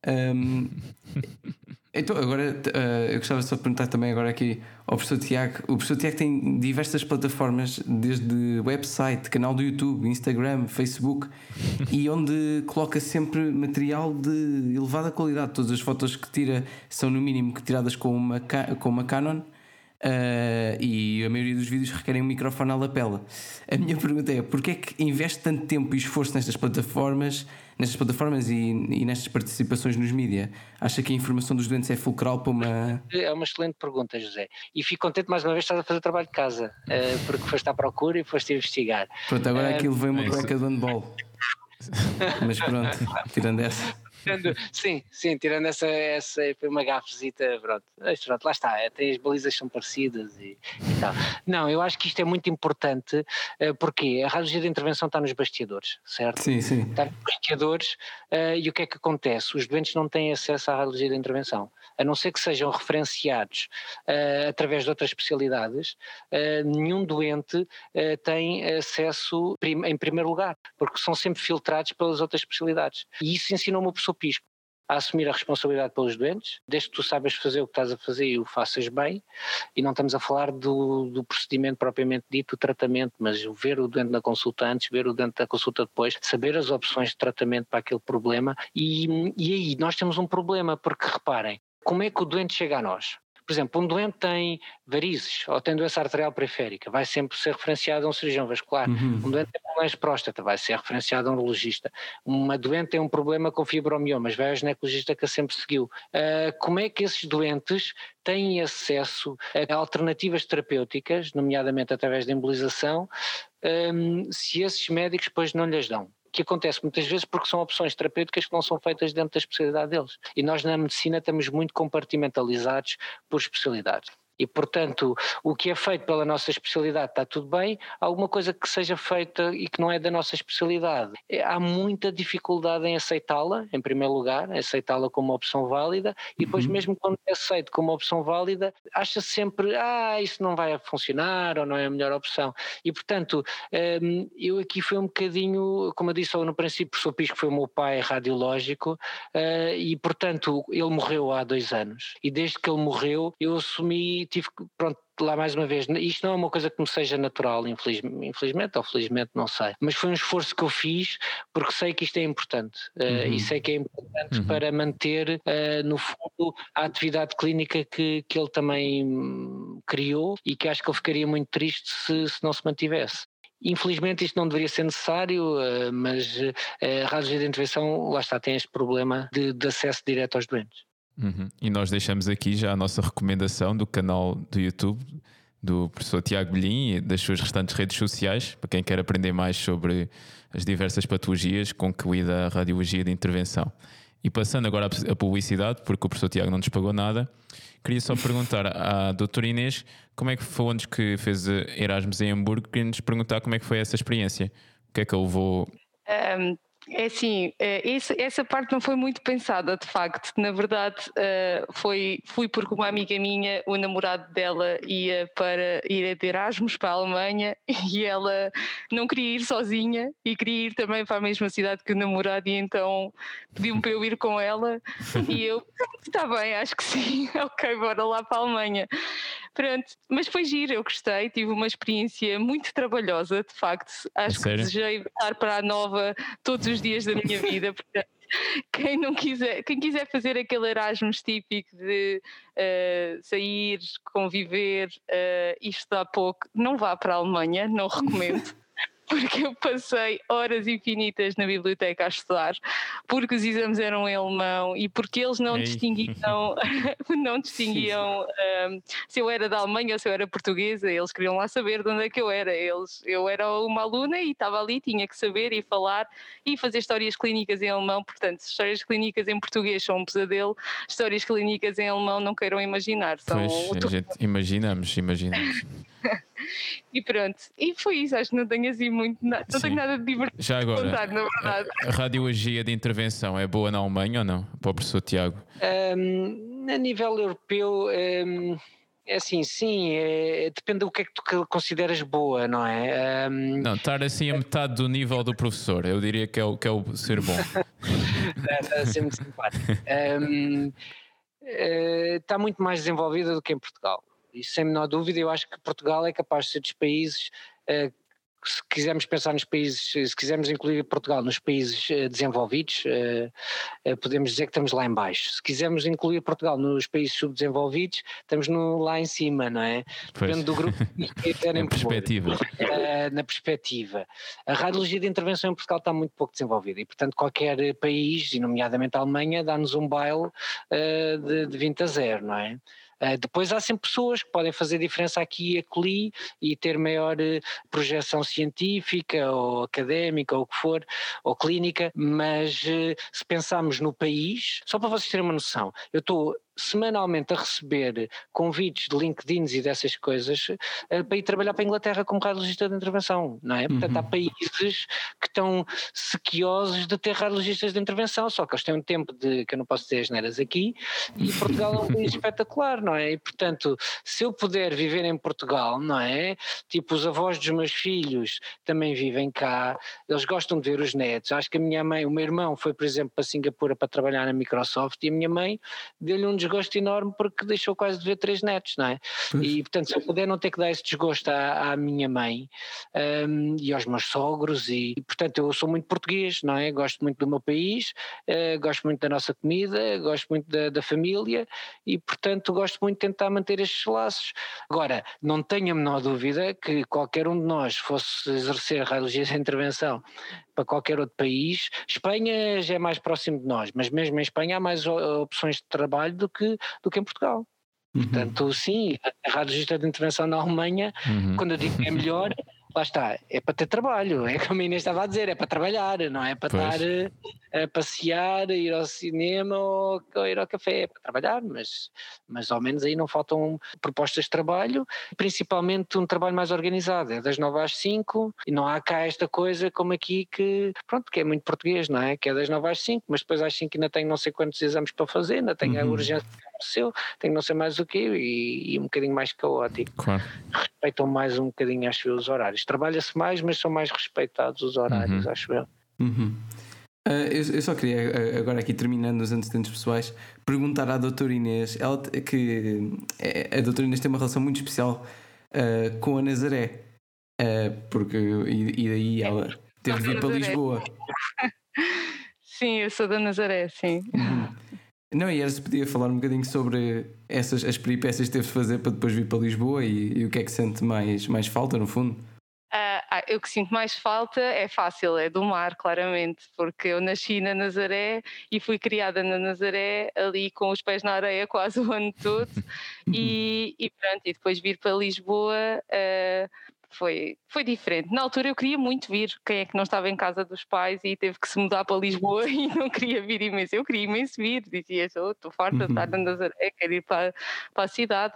Então agora eu gostava só de perguntar também agora aqui ao professor Tiago. O professor Tiago tem diversas plataformas, desde website, canal do YouTube, Instagram, Facebook, e onde coloca sempre material de elevada qualidade. Todas as fotos que tira são no mínimo que tiradas com uma Canon, e a maioria dos vídeos requerem um microfone à lapela. A minha pergunta é: porquê é que investe tanto tempo e esforço nestas plataformas e nestas participações nos mídia? Acha que a informação dos doentes é fulcral para uma... É uma excelente pergunta, José, e fico contente mais uma vez que estás a fazer o trabalho de casa, porque foste à procura e foste investigar. Pronto, agora aquilo veio uma cueca de handball. Mas pronto, tirando essa. Sim, tirando essa foi uma gafezita, pronto, lá está, tem as balizas são parecidas e tal. Não, eu acho que isto é muito importante, porque a radiologia de intervenção está nos bastidores, certo? Sim. Está nos bastidores, e o que é que acontece? Os doentes não têm acesso à radiologia de intervenção, a não ser que sejam referenciados através de outras especialidades. Nenhum doente tem acesso em primeiro lugar, porque são sempre filtrados pelas outras especialidades. E isso ensinou-me o professor Pisco a assumir a responsabilidade pelos doentes, desde que tu sabes fazer o que estás a fazer e o faças bem, e não estamos a falar do procedimento propriamente dito, o tratamento, mas ver o doente na consulta antes, ver o doente na consulta depois, saber as opções de tratamento para aquele problema, e aí nós temos um problema, porque reparem, como é que o doente chega a nós? Por exemplo, um doente tem varizes ou tem doença arterial periférica, vai sempre ser referenciado a um cirurgião vascular. Um doente tem problemas de próstata, vai ser referenciado a um urologista. Uma doente tem um problema com fibromiomas, vai ao ginecologista que a sempre seguiu. Como é que esses doentes têm acesso a alternativas terapêuticas, nomeadamente através da embolização, se esses médicos depois não lhes dão? Que acontece muitas vezes porque são opções terapêuticas que não são feitas dentro da especialidade deles. E nós na medicina estamos muito compartimentalizados por especialidades. E, portanto, o que é feito pela nossa especialidade está tudo bem, alguma coisa que seja feita e que não é da nossa especialidade. Há muita dificuldade em aceitá-la, em primeiro lugar, aceitá-la como uma opção válida, e depois mesmo quando é aceito como uma opção válida, acha-se sempre, isso não vai funcionar ou não é a melhor opção. E, portanto, eu aqui fui um bocadinho, como eu disse no princípio, o professor Pisco foi o meu pai radiológico, e, portanto, ele morreu há 2 anos. E desde que ele morreu, eu assumi, tive que, pronto, lá mais uma vez, isto não é uma coisa que me seja natural, infelizmente ou felizmente, não sei, mas foi um esforço que eu fiz porque sei que isto é importante, e sei que é importante para manter, no fundo, a atividade clínica que ele também criou, e que acho que ele ficaria muito triste se não se mantivesse. Infelizmente isto não deveria ser necessário, mas a radiologia de intervenção, lá está, tem este problema de acesso direto aos doentes. E nós deixamos aqui já a nossa recomendação do canal do YouTube do professor Tiago Belhin e das suas restantes redes sociais, para quem quer aprender mais sobre as diversas patologias com que lida a radiologia de intervenção. E passando agora a publicidade, porque o professor Tiago não nos pagou nada, queria só perguntar à doutora Inês como é que foi onde que fez Erasmus em Hamburgo, queria-nos perguntar como é que foi essa experiência, o que é que a levou... É assim, essa parte não foi muito pensada, de facto. Na verdade, fui porque uma amiga minha, o namorado dela ia de Erasmus para a Alemanha e ela não queria ir sozinha e queria ir também para a mesma cidade que o namorado, e então pediu-me para eu ir com ela e eu, está bem, acho que sim, ok, bora lá para a Alemanha. Pronto, mas foi giro, eu gostei, tive uma experiência muito trabalhosa, de facto. Acho que desejei voltar para a Nova todos os dias da minha vida. Portanto, quem quiser fazer aquele Erasmus típico de sair, conviver e estudar pouco, não vá para a Alemanha, não recomendo. Porque eu passei horas infinitas na biblioteca a estudar, porque os exames eram em alemão e porque eles não distinguiam, se eu era da Alemanha ou se eu era portuguesa. Eles queriam lá saber de onde é que eu era. Eu era uma aluna e estava ali, tinha que saber e falar e fazer histórias clínicas em alemão. Portanto, histórias clínicas em português são um pesadelo, histórias clínicas em alemão não queiram imaginar. Imaginamos. E pronto, e foi isso. Acho que não tenho assim muito, não tenho nada de divertido. Já agora, contar, na verdade. A radiologia de intervenção é boa na Alemanha ou não? Para o professor Tiago? A nível europeu, é assim, sim, depende do que é que tu consideras boa, não é? Não, estar assim a metade do nível do professor, eu diria que é o ser bom. Está a ser muito simpático. Está muito mais desenvolvida do que em Portugal. Isso sem menor dúvida. Eu acho que Portugal é capaz de ser dos países, se quisermos pensar nos países, se quisermos incluir Portugal nos países desenvolvidos, podemos dizer que estamos lá em baixo. Se quisermos incluir Portugal nos países subdesenvolvidos, estamos lá em cima, não é? Depende do grupo que querem perspectiva. Na perspectiva. A radiologia de intervenção em Portugal está muito pouco desenvolvida e, portanto, qualquer país, e nomeadamente a Alemanha, dá-nos um baile de 20-0, não é? Depois há sempre pessoas que podem fazer diferença aqui e acolhi e ter maior projeção científica ou académica ou o que for, ou clínica, mas se pensarmos no país, só para vocês terem uma noção, eu estou semanalmente a receber convites de LinkedIns e dessas coisas para ir trabalhar para a Inglaterra como radiologista de intervenção, não é? Portanto, há países que estão sequiosos de ter radiologistas de intervenção, só que eles têm um tempo que eu não posso dizer as neiras aqui, e Portugal é um país espetacular, não é? E portanto, se eu puder viver em Portugal, não é? Tipo, os avós dos meus filhos também vivem cá, eles gostam de ver os netos. Acho que a minha mãe, o meu irmão foi, por exemplo, para Singapura para trabalhar na Microsoft e a minha mãe deu-lhe um desgosto enorme porque deixou quase de ver 3 netos, não é? E portanto, se eu puder não ter que dar esse desgosto à minha mãe e aos meus sogros, e portanto eu sou muito português, não é? Gosto muito do meu país, gosto muito da nossa comida, gosto muito da família e portanto gosto muito de tentar manter estes laços. Agora, não tenho a menor dúvida que qualquer um de nós fosse exercer radiologia de intervenção para qualquer outro país. Espanha já é mais próximo de nós, mas mesmo em Espanha há mais opções de trabalho do que em Portugal. Portanto, sim, a radiologista de intervenção na Alemanha, quando eu digo que é melhor, lá está, é para ter trabalho, é como a Inês estava a dizer, é para trabalhar, não é para estar a passear, a ir ao cinema ou ir ao café, é para trabalhar, mas ao menos aí não faltam propostas de trabalho, principalmente um trabalho mais organizado, é das 9 às 5 e não há cá esta coisa como aqui que é muito português, não é? Que é das 9 às 5, mas depois às 5 ainda tenho não sei quantos exames para fazer, ainda tenho a urgência seu, tenho não sei mais o quê e um bocadinho mais caótico. Claro. Respeitam mais um bocadinho, acho eu, os horários. Trabalha-se mais, mas são mais respeitados os horários, acho eu. Eu só queria, agora aqui terminando os antecedentes pessoais, perguntar à doutora Inês, a doutora Inês tem uma relação muito especial com a Nazaré, porque e daí ela teve de vir para Lisboa. Sim, eu sou da Nazaré, sim. Não, e era se podia falar um bocadinho sobre as peripécias que teve de fazer para depois vir para Lisboa e o que é que sente mais falta, no fundo? Eu que sinto mais falta é fácil, é do mar, claramente, porque eu nasci na Nazaré e fui criada na Nazaré, ali com os pés na areia quase o ano todo, e pronto, e depois vir para Lisboa foi diferente. Na altura eu queria muito vir, quem é que não estava em casa dos pais e teve que se mudar para Lisboa e não queria vir imenso? Eu queria imenso vir, dizia, estou farta de estar na Nazaré, quero ir para a cidade.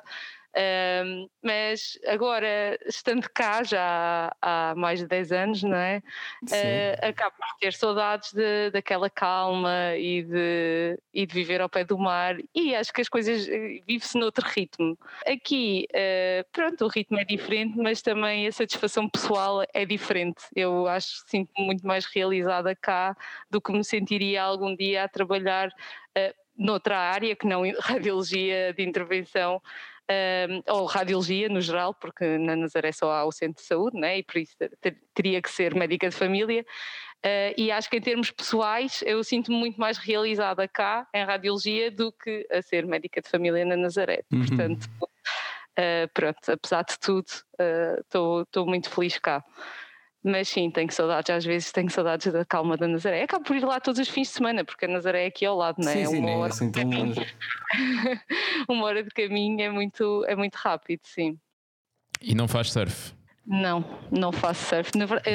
Mas agora, estando cá já há mais de 10 anos, não é? Acabo por ter saudades daquela calma e de viver ao pé do mar, e acho que as coisas vive-se noutro ritmo. Aqui, pronto, o ritmo é diferente, mas também a satisfação pessoal é diferente. Eu acho que sinto-me muito mais realizada cá do que me sentiria algum dia a trabalhar noutra área que não radiologia de intervenção, ou radiologia no geral, porque na Nazaré só há o centro de saúde, né? E por isso teria que ser médica de família, e acho que em termos pessoais eu sinto-me muito mais realizada cá em radiologia do que a ser médica de família na Nazaré. Portanto, pronto, apesar de tudo, estou muito feliz cá. Mas sim, tenho saudades, às vezes tenho saudades da calma da Nazaré. Acabo por ir lá todos os fins de semana, porque a Nazaré é aqui ao lado, não é? Sim, nem é assim tão longe. Uma hora de caminho é muito rápido, sim. E não faz surf? Não faço surf.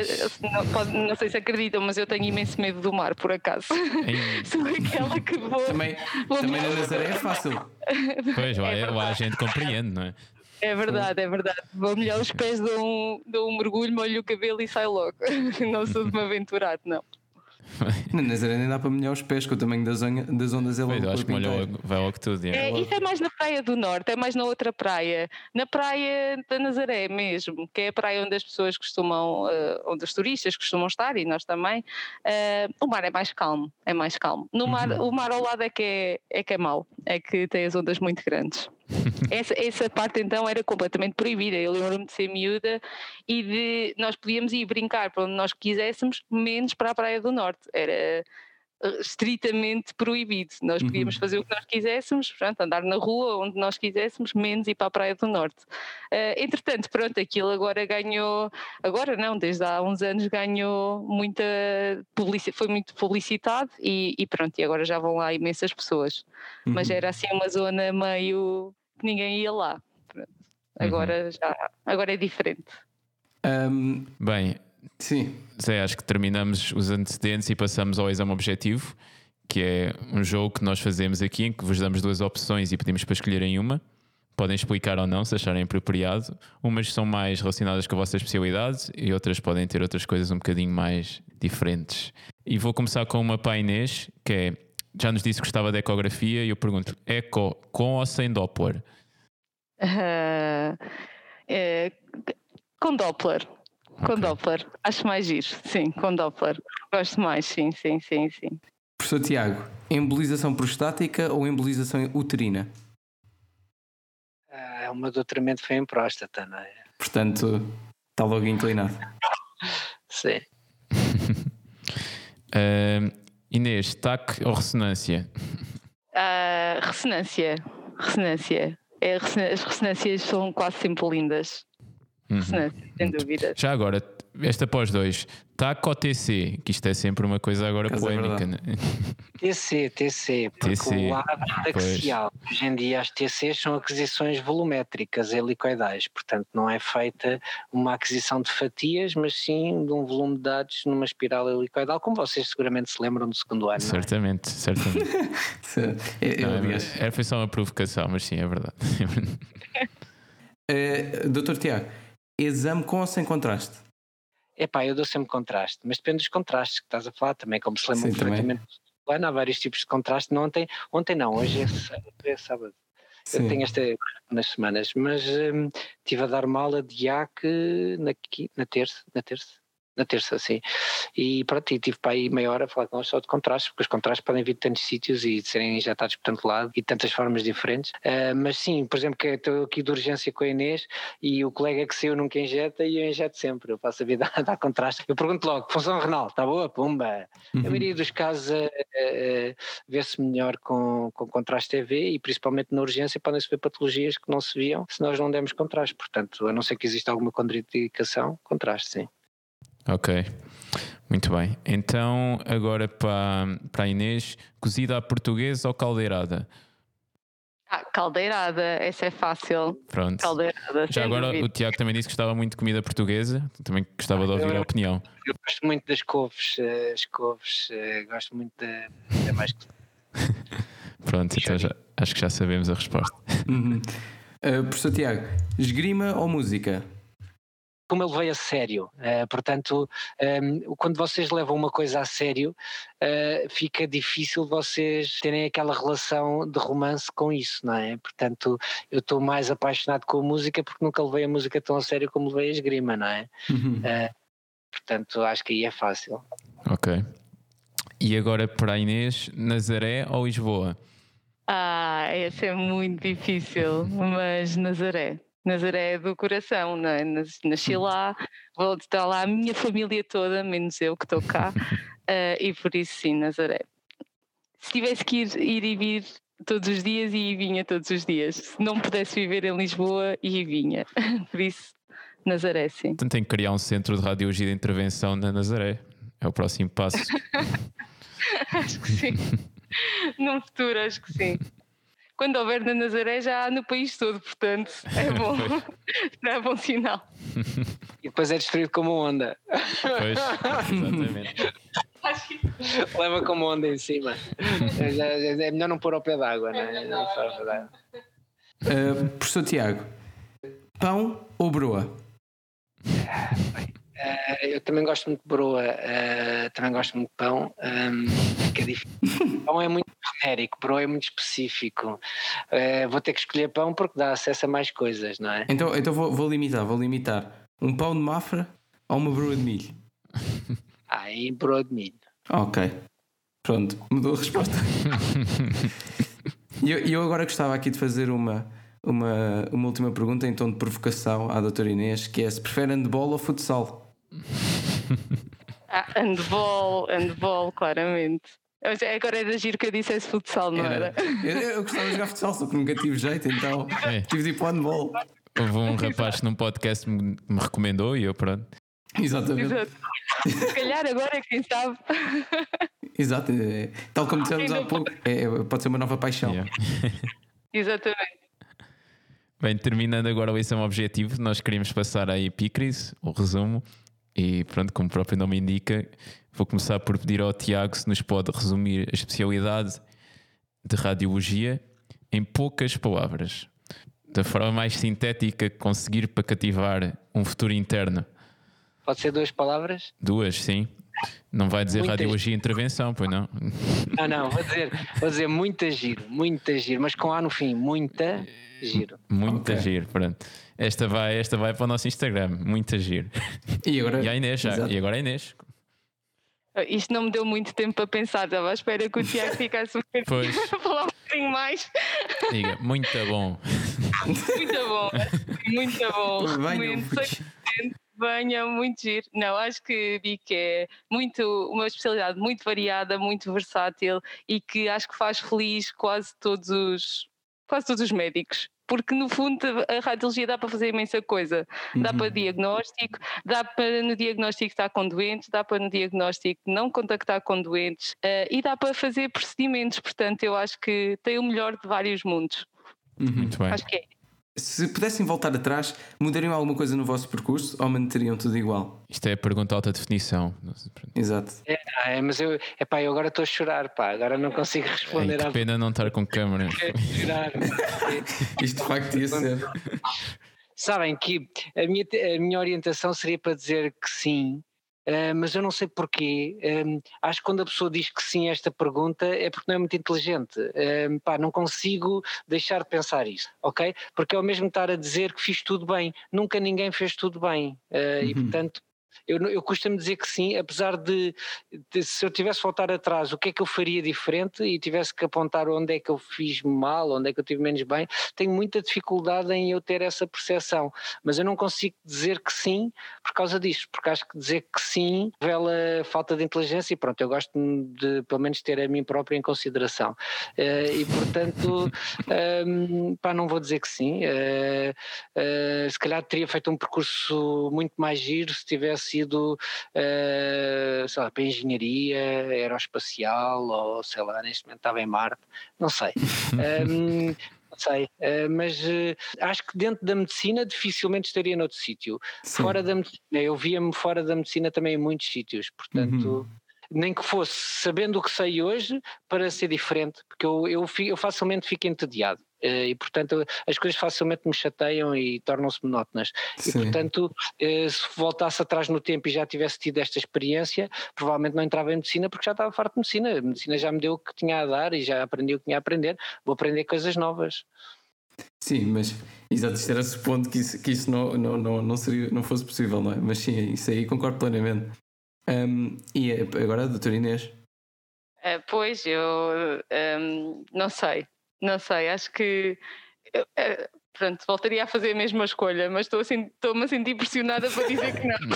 Não sei se acreditam, mas eu tenho imenso medo do mar, por acaso. Sou aquela que vou. Também na Nazaré é fácil. Pois, a gente compreende, não é? É verdade. Vou molhar os pés, dou um mergulho, molho o cabelo e saio logo. Não sou de me aventurar, não. Na Nazaré nem dá para molhar os pés, com o tamanho das ondas é logo. Eu acho que vai logo tudo. Isso é mais na Praia do Norte, é mais na outra praia. Na Praia da Nazaré mesmo, que é a praia onde as pessoas costumam, onde os turistas costumam estar, e nós também, o mar é mais calmo. No mar, o mar ao lado é que é mau, é que tem as ondas muito grandes. Essa parte então era completamente proibida. Eu lembro-me de ser miúda e nós podíamos ir brincar para onde nós quiséssemos, menos para a Praia do Norte. Era estritamente proibido. Nós podíamos fazer o que nós quiséssemos, portanto, andar na rua onde nós quiséssemos, menos ir para a Praia do Norte. Entretanto, pronto, aquilo agora desde há uns anos ganhou muita publicidade, foi muito publicitado e pronto, e agora já vão lá imensas pessoas. Mas era assim uma zona meio ninguém ia lá. Pronto. Agora é diferente. Bem, Sim. Zé, acho que terminamos os antecedentes e passamos ao exame objetivo, que é um jogo que nós fazemos aqui em que vos damos 2 opções e pedimos para escolherem uma. Podem explicar ou não, se acharem apropriado. Umas são mais relacionadas com a vossa especialidade e outras podem ter outras coisas um bocadinho mais diferentes. E vou começar com uma para a Inês, que é, já nos disse que gostava de ecografia e eu pergunto, eco com ou sem Doppler? Com Doppler. Com Ok. Doppler. Acho mais giro. Sim, com Doppler. Gosto mais, sim. Professor Tiago, embolização prostática ou embolização uterina? O meu doutoramento foi em próstata, não é? Portanto, está logo inclinado. Sim. Inês, TAC ou ressonância? Ressonância. As ressonâncias são quase sempre lindas. Ressonância, sem dúvida. Já agora, esta pós 2, TAC ou TC? Que isto é sempre uma coisa agora Caso é polémica, né? TC, porque TC, o lábio axial, hoje em dia as TCs são aquisições volumétricas, helicoidais, portanto não é feita uma aquisição de fatias, mas sim de um volume de dados numa espiral helicoidal, como vocês seguramente se lembram do segundo ano. Certamente. Foi só uma provocação, mas sim, é verdade. Doutor Tiago, exame com ou sem contraste? Eu dou sempre contraste, mas depende dos contrastes que estás a falar também, como se lembram Sim, perfeitamente. Há vários tipos de contraste. Ontem não, hoje é sábado. Sim. Eu tenho esta nas semanas, mas estive a dar uma aula de IAC na terça, sim. E pronto, e tive para aí meia hora a falar com eles só de contrastes, porque os contrastes podem vir de tantos sítios e de serem injetados por tanto lado e de tantas formas diferentes. Mas sim, por exemplo, que estou aqui de urgência com a Inês e o colega que saiu nunca injeta e eu injeto sempre. Eu passo a vida a dar contraste. Eu pergunto logo, função renal, está boa? Pumba! A maioria dos casos vê-se melhor com contraste TV e principalmente na urgência podem-se ver patologias que não se viam se nós não demos contraste. Portanto, a não ser que exista alguma contraindicação, contraste, sim. Ok, muito bem. Então, agora para a Inês, cozida à portuguesa ou caldeirada? Caldeirada, essa é fácil. Pronto. Caldeirada. Já agora o Tiago também disse que gostava muito de comida portuguesa, também gostava de ouvir a opinião. Eu gosto muito das couves, gosto muito da mais. Pronto, então acho que já sabemos a resposta. Professor Tiago, esgrima ou música? Como eu levei a sério, portanto, quando vocês levam uma coisa a sério, fica difícil vocês terem aquela relação de romance com isso, não é? Portanto, eu estou mais apaixonado com a música porque nunca levei a música tão a sério como levei a esgrima, não é? Portanto, acho que aí é fácil. Ok. E agora para a Inês, Nazaré ou Lisboa? Essa é muito difícil, mas Nazaré. Nazaré é do coração, não é? Nasci lá, vou estar lá a minha família toda, menos eu que estou cá, e por isso sim, Nazaré. Se tivesse que ir e vir todos os dias, ia e vinha todos os dias. Se não pudesse viver em Lisboa, ia e vinha. Por isso, Nazaré, sim. Então tem que criar um centro de radiologia de intervenção na Nazaré. É o próximo passo. Acho que sim. No futuro, acho que sim. Quando houver na Nazaré já há no país todo, portanto é bom. É bom sinal. E depois é destruído como onda. Pois, exatamente. Leva como onda em cima. É melhor não pôr ao pé d'água, não é? Professor Tiago, pão ou broa? Eu também gosto muito de broa, também gosto muito de pão, que é difícil. Pão é muito genérico, broa é muito específico. Vou ter que escolher pão porque dá acesso a mais coisas, não é? Então vou limitar. Um pão de Mafra ou uma broa de milho? E broa de milho. Ok. Pronto, mudou a resposta. E eu agora gostava aqui de fazer uma última pergunta em tom de provocação à doutora Inês, que é se prefere handball ou futsal? Handball, claramente. Agora era giro que eu dissesse futsal, não era? Eu gostava de jogar futsal, só que nunca tive jeito, então tive de ir para o handball. Houve um rapaz num podcast me recomendou e eu pronto. Exatamente. Exato. Se calhar agora, quem sabe. Exato, tal como dissemos há pouco, pode ser uma nova paixão. Yeah. Exatamente. Bem, terminando agora o exame objetivo, nós queríamos passar à epícrise, o resumo, e pronto, como o próprio nome indica, vou começar por pedir ao Tiago se nos pode resumir a especialidade de radiologia em poucas palavras, da forma mais sintética que conseguir para cativar um futuro interno. Pode ser 2 palavras? 2, sim. Não vai dizer Muita radiologia e intervenção, pois não? Não, vou dizer muita giro, mas com A no fim, muita giro. Muita giro, pronto. Esta vai para o nosso Instagram, muita giro. E agora? E a Inês já, Exato. e agora a Inês. Isto não me deu muito tempo para pensar, estava à espera que o Tiago ficasse um bocadinho Pois. a falar um bocadinho mais. Diga, muito bom. Muito bom, muito bom. Venham, Recomendo 100%. Venham, muito giro. Não, acho que vi que é uma especialidade muito variada, muito versátil e que acho que faz feliz quase todos os médicos. Porque no fundo a radiologia dá para fazer imensa coisa. Dá para diagnóstico, dá para no diagnóstico estar com doentes, dá para no diagnóstico não contactar com doentes e dá para fazer procedimentos. Portanto, eu acho que tem o melhor de vários mundos. Muito bem. Acho que é. Se pudessem voltar atrás, mudariam alguma coisa no vosso percurso ou manteriam tudo igual? Isto é a pergunta alta definição. Exato. Mas eu agora estou a chorar, pá, agora não consigo responder Que pena não estar com câmera. chorar. Isto de facto ia ser. Sabem que a minha orientação seria para dizer que sim, mas eu não sei porquê. Acho que quando a pessoa diz que sim a esta pergunta é porque não é muito inteligente. Não consigo deixar de pensar isso, ok? Porque é o mesmo estar a dizer que fiz tudo bem. Nunca ninguém fez tudo bem. E portanto eu costumo dizer que sim, apesar de se eu tivesse que voltar atrás, o que é que eu faria diferente e tivesse que apontar onde é que eu fiz mal, onde é que eu tive menos bem, tenho muita dificuldade em eu ter essa percepção, mas eu não consigo dizer que sim por causa disso, porque acho que dizer que sim revela falta de inteligência e pronto, eu gosto de pelo menos ter a mim próprio em consideração e portanto não vou dizer que sim, se calhar teria feito um percurso muito mais giro se tivesse ido sei lá, para a engenharia aeroespacial ou sei lá, neste momento estava em Marte, não sei. Não sei, mas acho que dentro da medicina dificilmente estaria noutro sítio. Fora da medicina, eu via-me fora da medicina também em muitos sítios, portanto nem que fosse sabendo o que sei hoje para ser diferente, porque eu facilmente fico entediado. E portanto as coisas facilmente me chateiam e tornam-se monótonas. E portanto se voltasse atrás no tempo e já tivesse tido esta experiência, provavelmente não entrava em medicina porque já estava farto de medicina. A medicina já me deu o que tinha a dar e já aprendi o que tinha a aprender, vou aprender coisas novas. Sim, mas exato, isto era supondo que isso não fosse possível, não é? Mas sim, isso aí concordo plenamente. E agora a doutora Inês? Pois, eu não sei, acho que pronto, voltaria a fazer a mesma escolha, mas estou-me a sentir pressionada para dizer que não.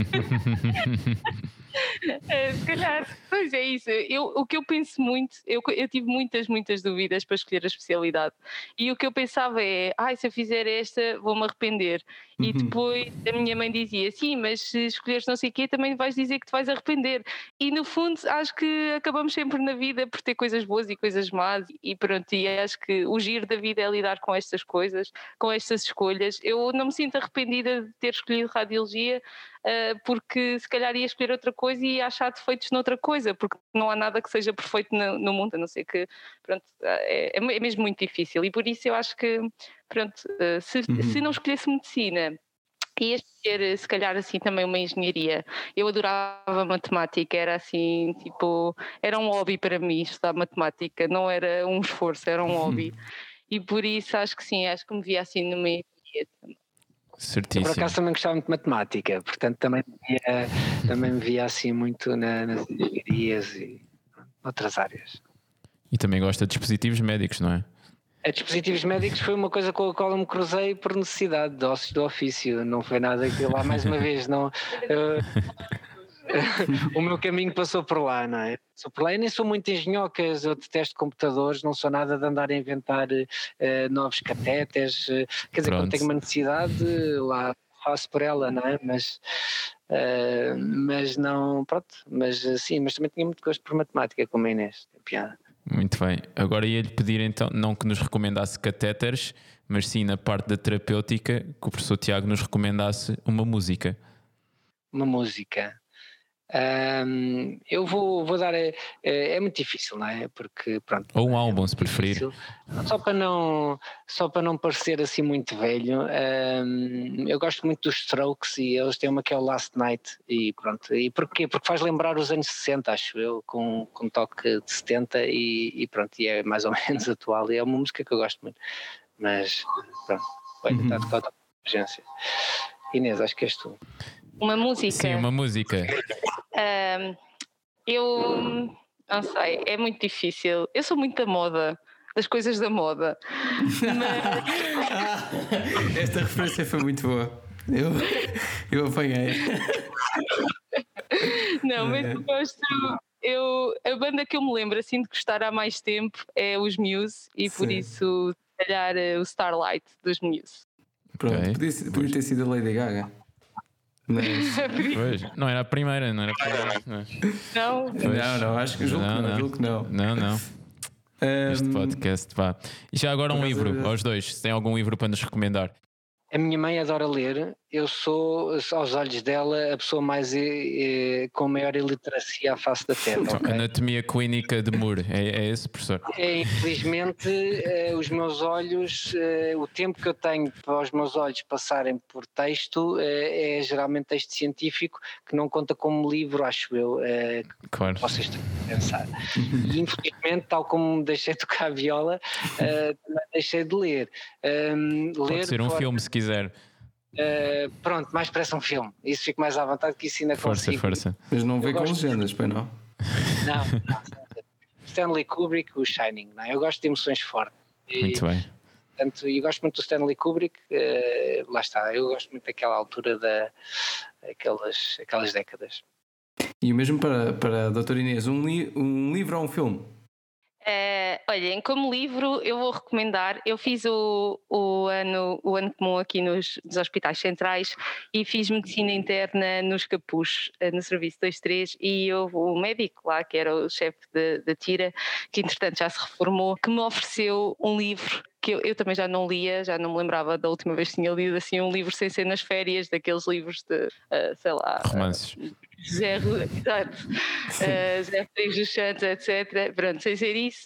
Se calhar, pois é isso. O que eu penso muito, eu tive muitas dúvidas para escolher a especialidade e o que eu pensava é, se eu fizer esta vou-me arrepender. E depois a minha mãe dizia, sim, mas se escolheres não sei o quê também vais dizer que te vais arrepender. E no fundo acho que acabamos sempre na vida por ter coisas boas e coisas más e pronto, e acho que o giro da vida é lidar com estas coisas, com estas escolhas. Eu não me sinto arrependida de ter escolhido radiologia, porque se calhar ia escolher outra coisa e ia achar defeitos noutra coisa, porque não há nada que seja perfeito no mundo, a não ser que, pronto, é mesmo muito difícil e por isso eu acho que, pronto, se não escolhesse medicina, ia escolher se calhar assim também uma engenharia. Eu adorava matemática, era assim, tipo, era um hobby para mim estudar matemática, não era um esforço, era um hobby e por isso acho que sim, acho que me via assim numa engenharia também. Certíssimo. Eu por acaso também gostava muito de matemática, portanto também me via assim muito nas engenharias e outras áreas. E também gosta de dispositivos médicos, não é? A dispositivos médicos foi uma coisa com a qual eu me cruzei por necessidade de ossos do ofício, não foi nada que lá mais uma vez, não. O meu caminho passou por lá, não é? Passou por lá. Eu nem sou muito engenhocas, eu detesto computadores, não sou nada de andar a inventar novos catéteres, quer dizer, quando tenho uma necessidade, lá faço por ela, não é? Mas não, pronto, mas sim, mas também tinha muito gosto por matemática, como a Inês, tem piada. Muito bem. Agora ia-lhe pedir então, não que nos recomendasse catéteres, mas sim na parte da terapêutica, que o professor Tiago nos recomendasse uma música. Uma música. Eu vou dar. É muito difícil, não é? Porque, pronto. Ou um álbum, se preferir. Difícil. Só para não parecer assim muito velho, eu gosto muito dos Strokes e eles têm uma que é o Last Night. E pronto. E porquê? Porque faz lembrar os anos 60, acho eu, com um toque de 70 e pronto. E é mais ou menos atual. E é uma música que eu gosto muito. Mas, pronto. Olha, está de cota de urgência. Inês, acho que és tu. Uma música. Sim, uma música. Eu não sei, é muito difícil. Eu sou muito da moda, das coisas da moda. Mas... Esta referência foi muito boa. Eu apanhei. Não, mas eu gosto. A banda que eu me lembro assim de gostar há mais tempo é os Muse e por isso, se calhar, o Starlight dos Muse. Pronto, okay. Podia ter sido a Lady Gaga. Mas... Pois, não era a primeira, não era a primeira. Não, acho que julgo que não. Não. Este podcast, pá. E já agora um livro, aos dois, se tem algum livro para nos recomendar. A minha mãe adora ler, eu sou, aos olhos dela, a pessoa mais com maior iliteracia à face da terra. Então, okay? Anatomia Clínica de Moore, é esse, professor? Infelizmente, os meus olhos, o tempo que eu tenho para os meus olhos passarem por texto é geralmente texto científico, que não conta como livro, acho eu, claro. Vocês têm que pensar. E infelizmente, tal como me deixei tocar a viola, também deixei de ler. Pode ser um filme, se quiser. Pronto, mais parece um filme. Isso fico mais à vontade que isso ainda consigo. Força. Mas não vê com legendas, pois não? Não. Stanley Kubrick, o Shining, não é? Eu gosto de emoções fortes. Muito bem. Portanto, eu gosto muito do Stanley Kubrick, lá está, eu gosto muito daquela altura aquelas décadas. E o mesmo para a doutora Inês, um livro ou um filme? Olhem, como livro eu vou recomendar, eu fiz o ano comum aqui nos hospitais centrais e fiz medicina interna nos Capuz, no serviço 23, e houve o médico lá, que era o chefe da tira, que entretanto já se reformou, que me ofereceu um livro que eu também já não lia, já não me lembrava da última vez que tinha lido assim um livro sem ser nas férias, daqueles livros de, sei lá... romances. Zé Rodrigues dos Santos, etc. Pronto, sem ser isso,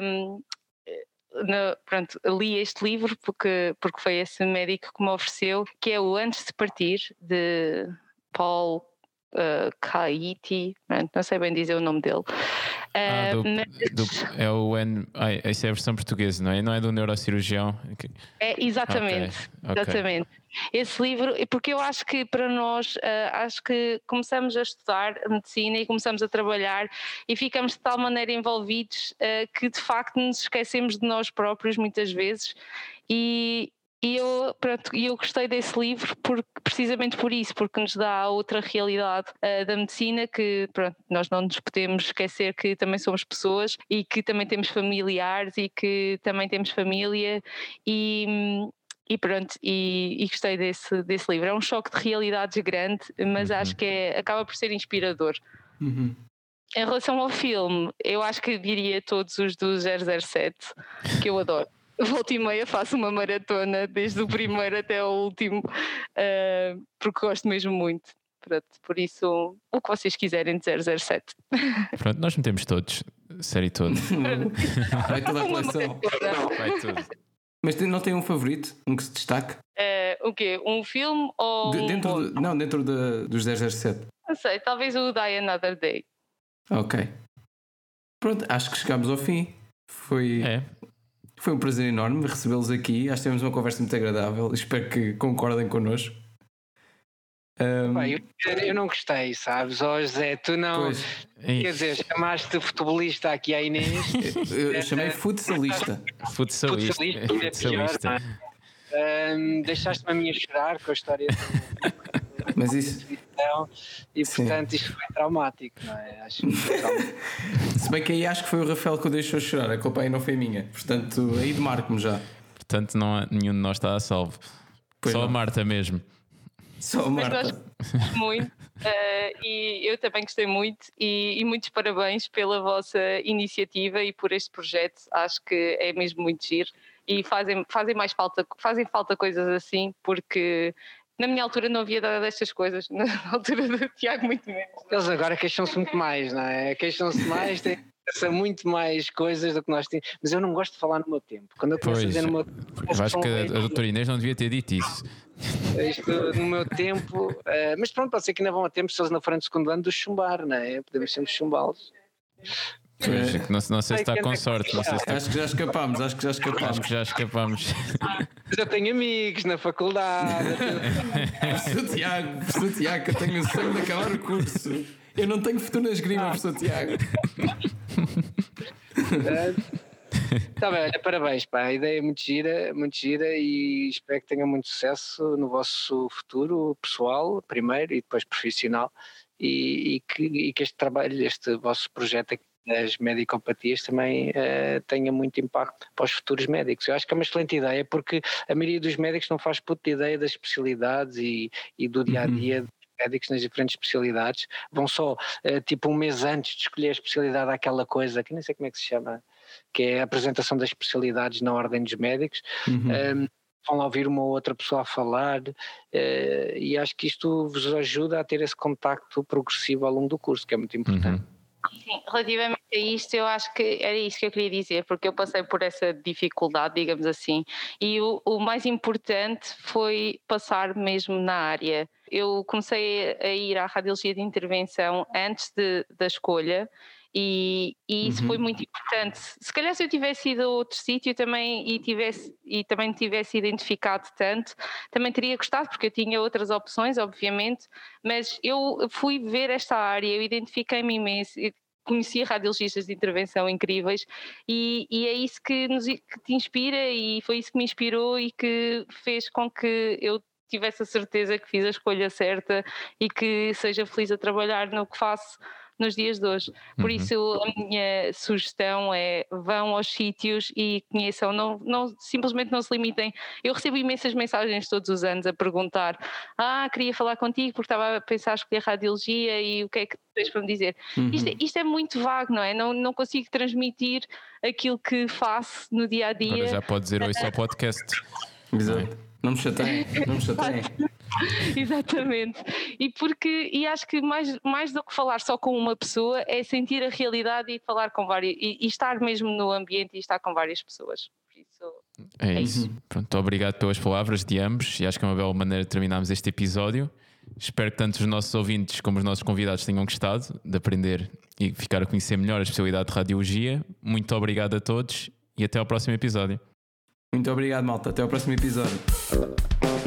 pronto, li este livro porque foi esse médico que me ofereceu, que é o Antes de Partir, de Paul Caiti, não sei bem dizer o nome dele. Essa é a versão portuguesa, não é? Não é do neurocirurgião? É, exatamente. Esse livro, porque eu acho que para nós, acho que começamos a estudar medicina e começamos a trabalhar e ficamos de tal maneira envolvidos que de facto nos esquecemos de nós próprios muitas vezes e eu gostei desse livro precisamente por isso, porque nos dá outra realidade da medicina, que pronto, nós não nos podemos esquecer que também somos pessoas e que também temos familiares e que também temos família e pronto, e gostei desse livro. É um choque de realidades grande, mas acho que acaba por ser inspirador. Uhum. Em relação ao filme, eu acho que diria todos os do 007, que eu adoro. Volta e meia faço uma maratona desde o primeiro até o último, porque gosto mesmo muito. Pronto, por isso, o que vocês quiserem de 007. Pronto, nós metemos todos, série toda. Vai toda a coleção. Vai tudo. Mas não tem um favorito? Um que se destaque? O quê? Um filme ou dentro dos 007? Não sei, talvez o Die Another Day. Ok. Pronto, acho que chegámos ao fim. Foi um prazer enorme recebê-los aqui. Acho que tivemos uma conversa muito agradável. Espero que concordem connosco. Eu não gostei, sabes? José, tu não. Pois. Quer dizer, chamaste futebolista aqui à Inês. Eu chamei futsalista. Futsalista. Deixaste-me a mim a chorar com a história Mas isso. E portanto isto foi traumático, não é? Acho que foi traumático. Se bem que aí acho que foi o Rafael que o deixou chorar, a culpa aí não foi minha. Portanto, aí demarco-me já. Portanto, nenhum de nós está a salvo. Pois só não. A Marta mesmo. Só a Mas Marta. nós gostamos muito e eu também gostei muito e muitos parabéns pela vossa iniciativa e por este projeto. Acho que é mesmo muito giro e fazem falta coisas assim, porque na minha altura não havia nada destas coisas, na altura do Tiago muito menos. Eles agora queixam-se muito mais, não é? Queixam-se mais, têm muito mais coisas do que nós temos. Mas eu não gosto de falar no meu tempo. Quando eu começo a dizer no meu tempo, eu acho que a doutora Inês não devia ter dito isso. Isto no meu tempo, mas pronto, pode ser que ainda vão a tempo, se eles não forem do segundo ano, de chumbar, não é? Podemos sempre chumbá-los. Pois, é que não sei se está com sorte. Não sei se está... Acho que já escapámos. Acho que já escapámos. Já tenho amigos na faculdade. Professor Tiago, que eu tenho o sonho de acabar o curso. Eu não tenho futuro na esgrima, professor Tiago. Está bem, olha, parabéns, pá. A ideia é muito gira e espero que tenha muito sucesso no vosso futuro pessoal, primeiro, e depois profissional, e que este trabalho, este vosso projeto aqui das medicopatias também tenha muito impacto para os futuros médicos. Eu acho que é uma excelente ideia, porque a maioria dos médicos não faz puta ideia das especialidades e do dia-a-dia médicos nas diferentes especialidades, vão só tipo um mês antes de escolher a especialidade daquela coisa, que nem sei como é que se chama, que é a apresentação das especialidades na ordem dos médicos, vão lá ouvir uma ou outra pessoa a falar, e acho que isto vos ajuda a ter esse contacto progressivo ao longo do curso, que é muito importante. Sim, relativamente a isto, eu acho que era isso que eu queria dizer, porque eu passei por essa dificuldade, digamos assim, e o mais importante foi passar mesmo na área. Eu comecei a ir à radiologia de intervenção antes da escolha, e isso foi muito importante. Se calhar se eu tivesse ido a outro sítio também também tivesse identificado tanto, também teria gostado, porque eu tinha outras opções, obviamente, mas eu fui ver esta área, eu identifiquei-me imenso, conheci radiologistas de intervenção incríveis e é isso que te inspira, e foi isso que me inspirou e que fez com que eu tivesse a certeza que fiz a escolha certa e que seja feliz a trabalhar no que faço nos dias de hoje. Por isso a minha sugestão é: vão aos sítios e conheçam, simplesmente não se limitem. Eu recebo imensas mensagens todos os anos a perguntar: queria falar contigo porque estava a pensar em escolher radiologia e o que é que tens para me dizer? Isto é muito vago, não é? Não consigo transmitir aquilo que faço no dia a dia. Agora já pode dizer isso ao podcast. Exato. Não me chateiem. Exatamente. E acho que mais do que falar só com uma pessoa é sentir a realidade e falar com várias, e estar mesmo no ambiente e estar com várias pessoas. Por isso, é isso. Pronto, obrigado pelas palavras de ambos, e acho que é uma bela maneira de terminarmos este episódio. Espero que tanto os nossos ouvintes como os nossos convidados tenham gostado de aprender e ficar a conhecer melhor a especialidade de radiologia. Muito obrigado a todos e até ao próximo episódio. Muito obrigado, malta. Até ao próximo episódio.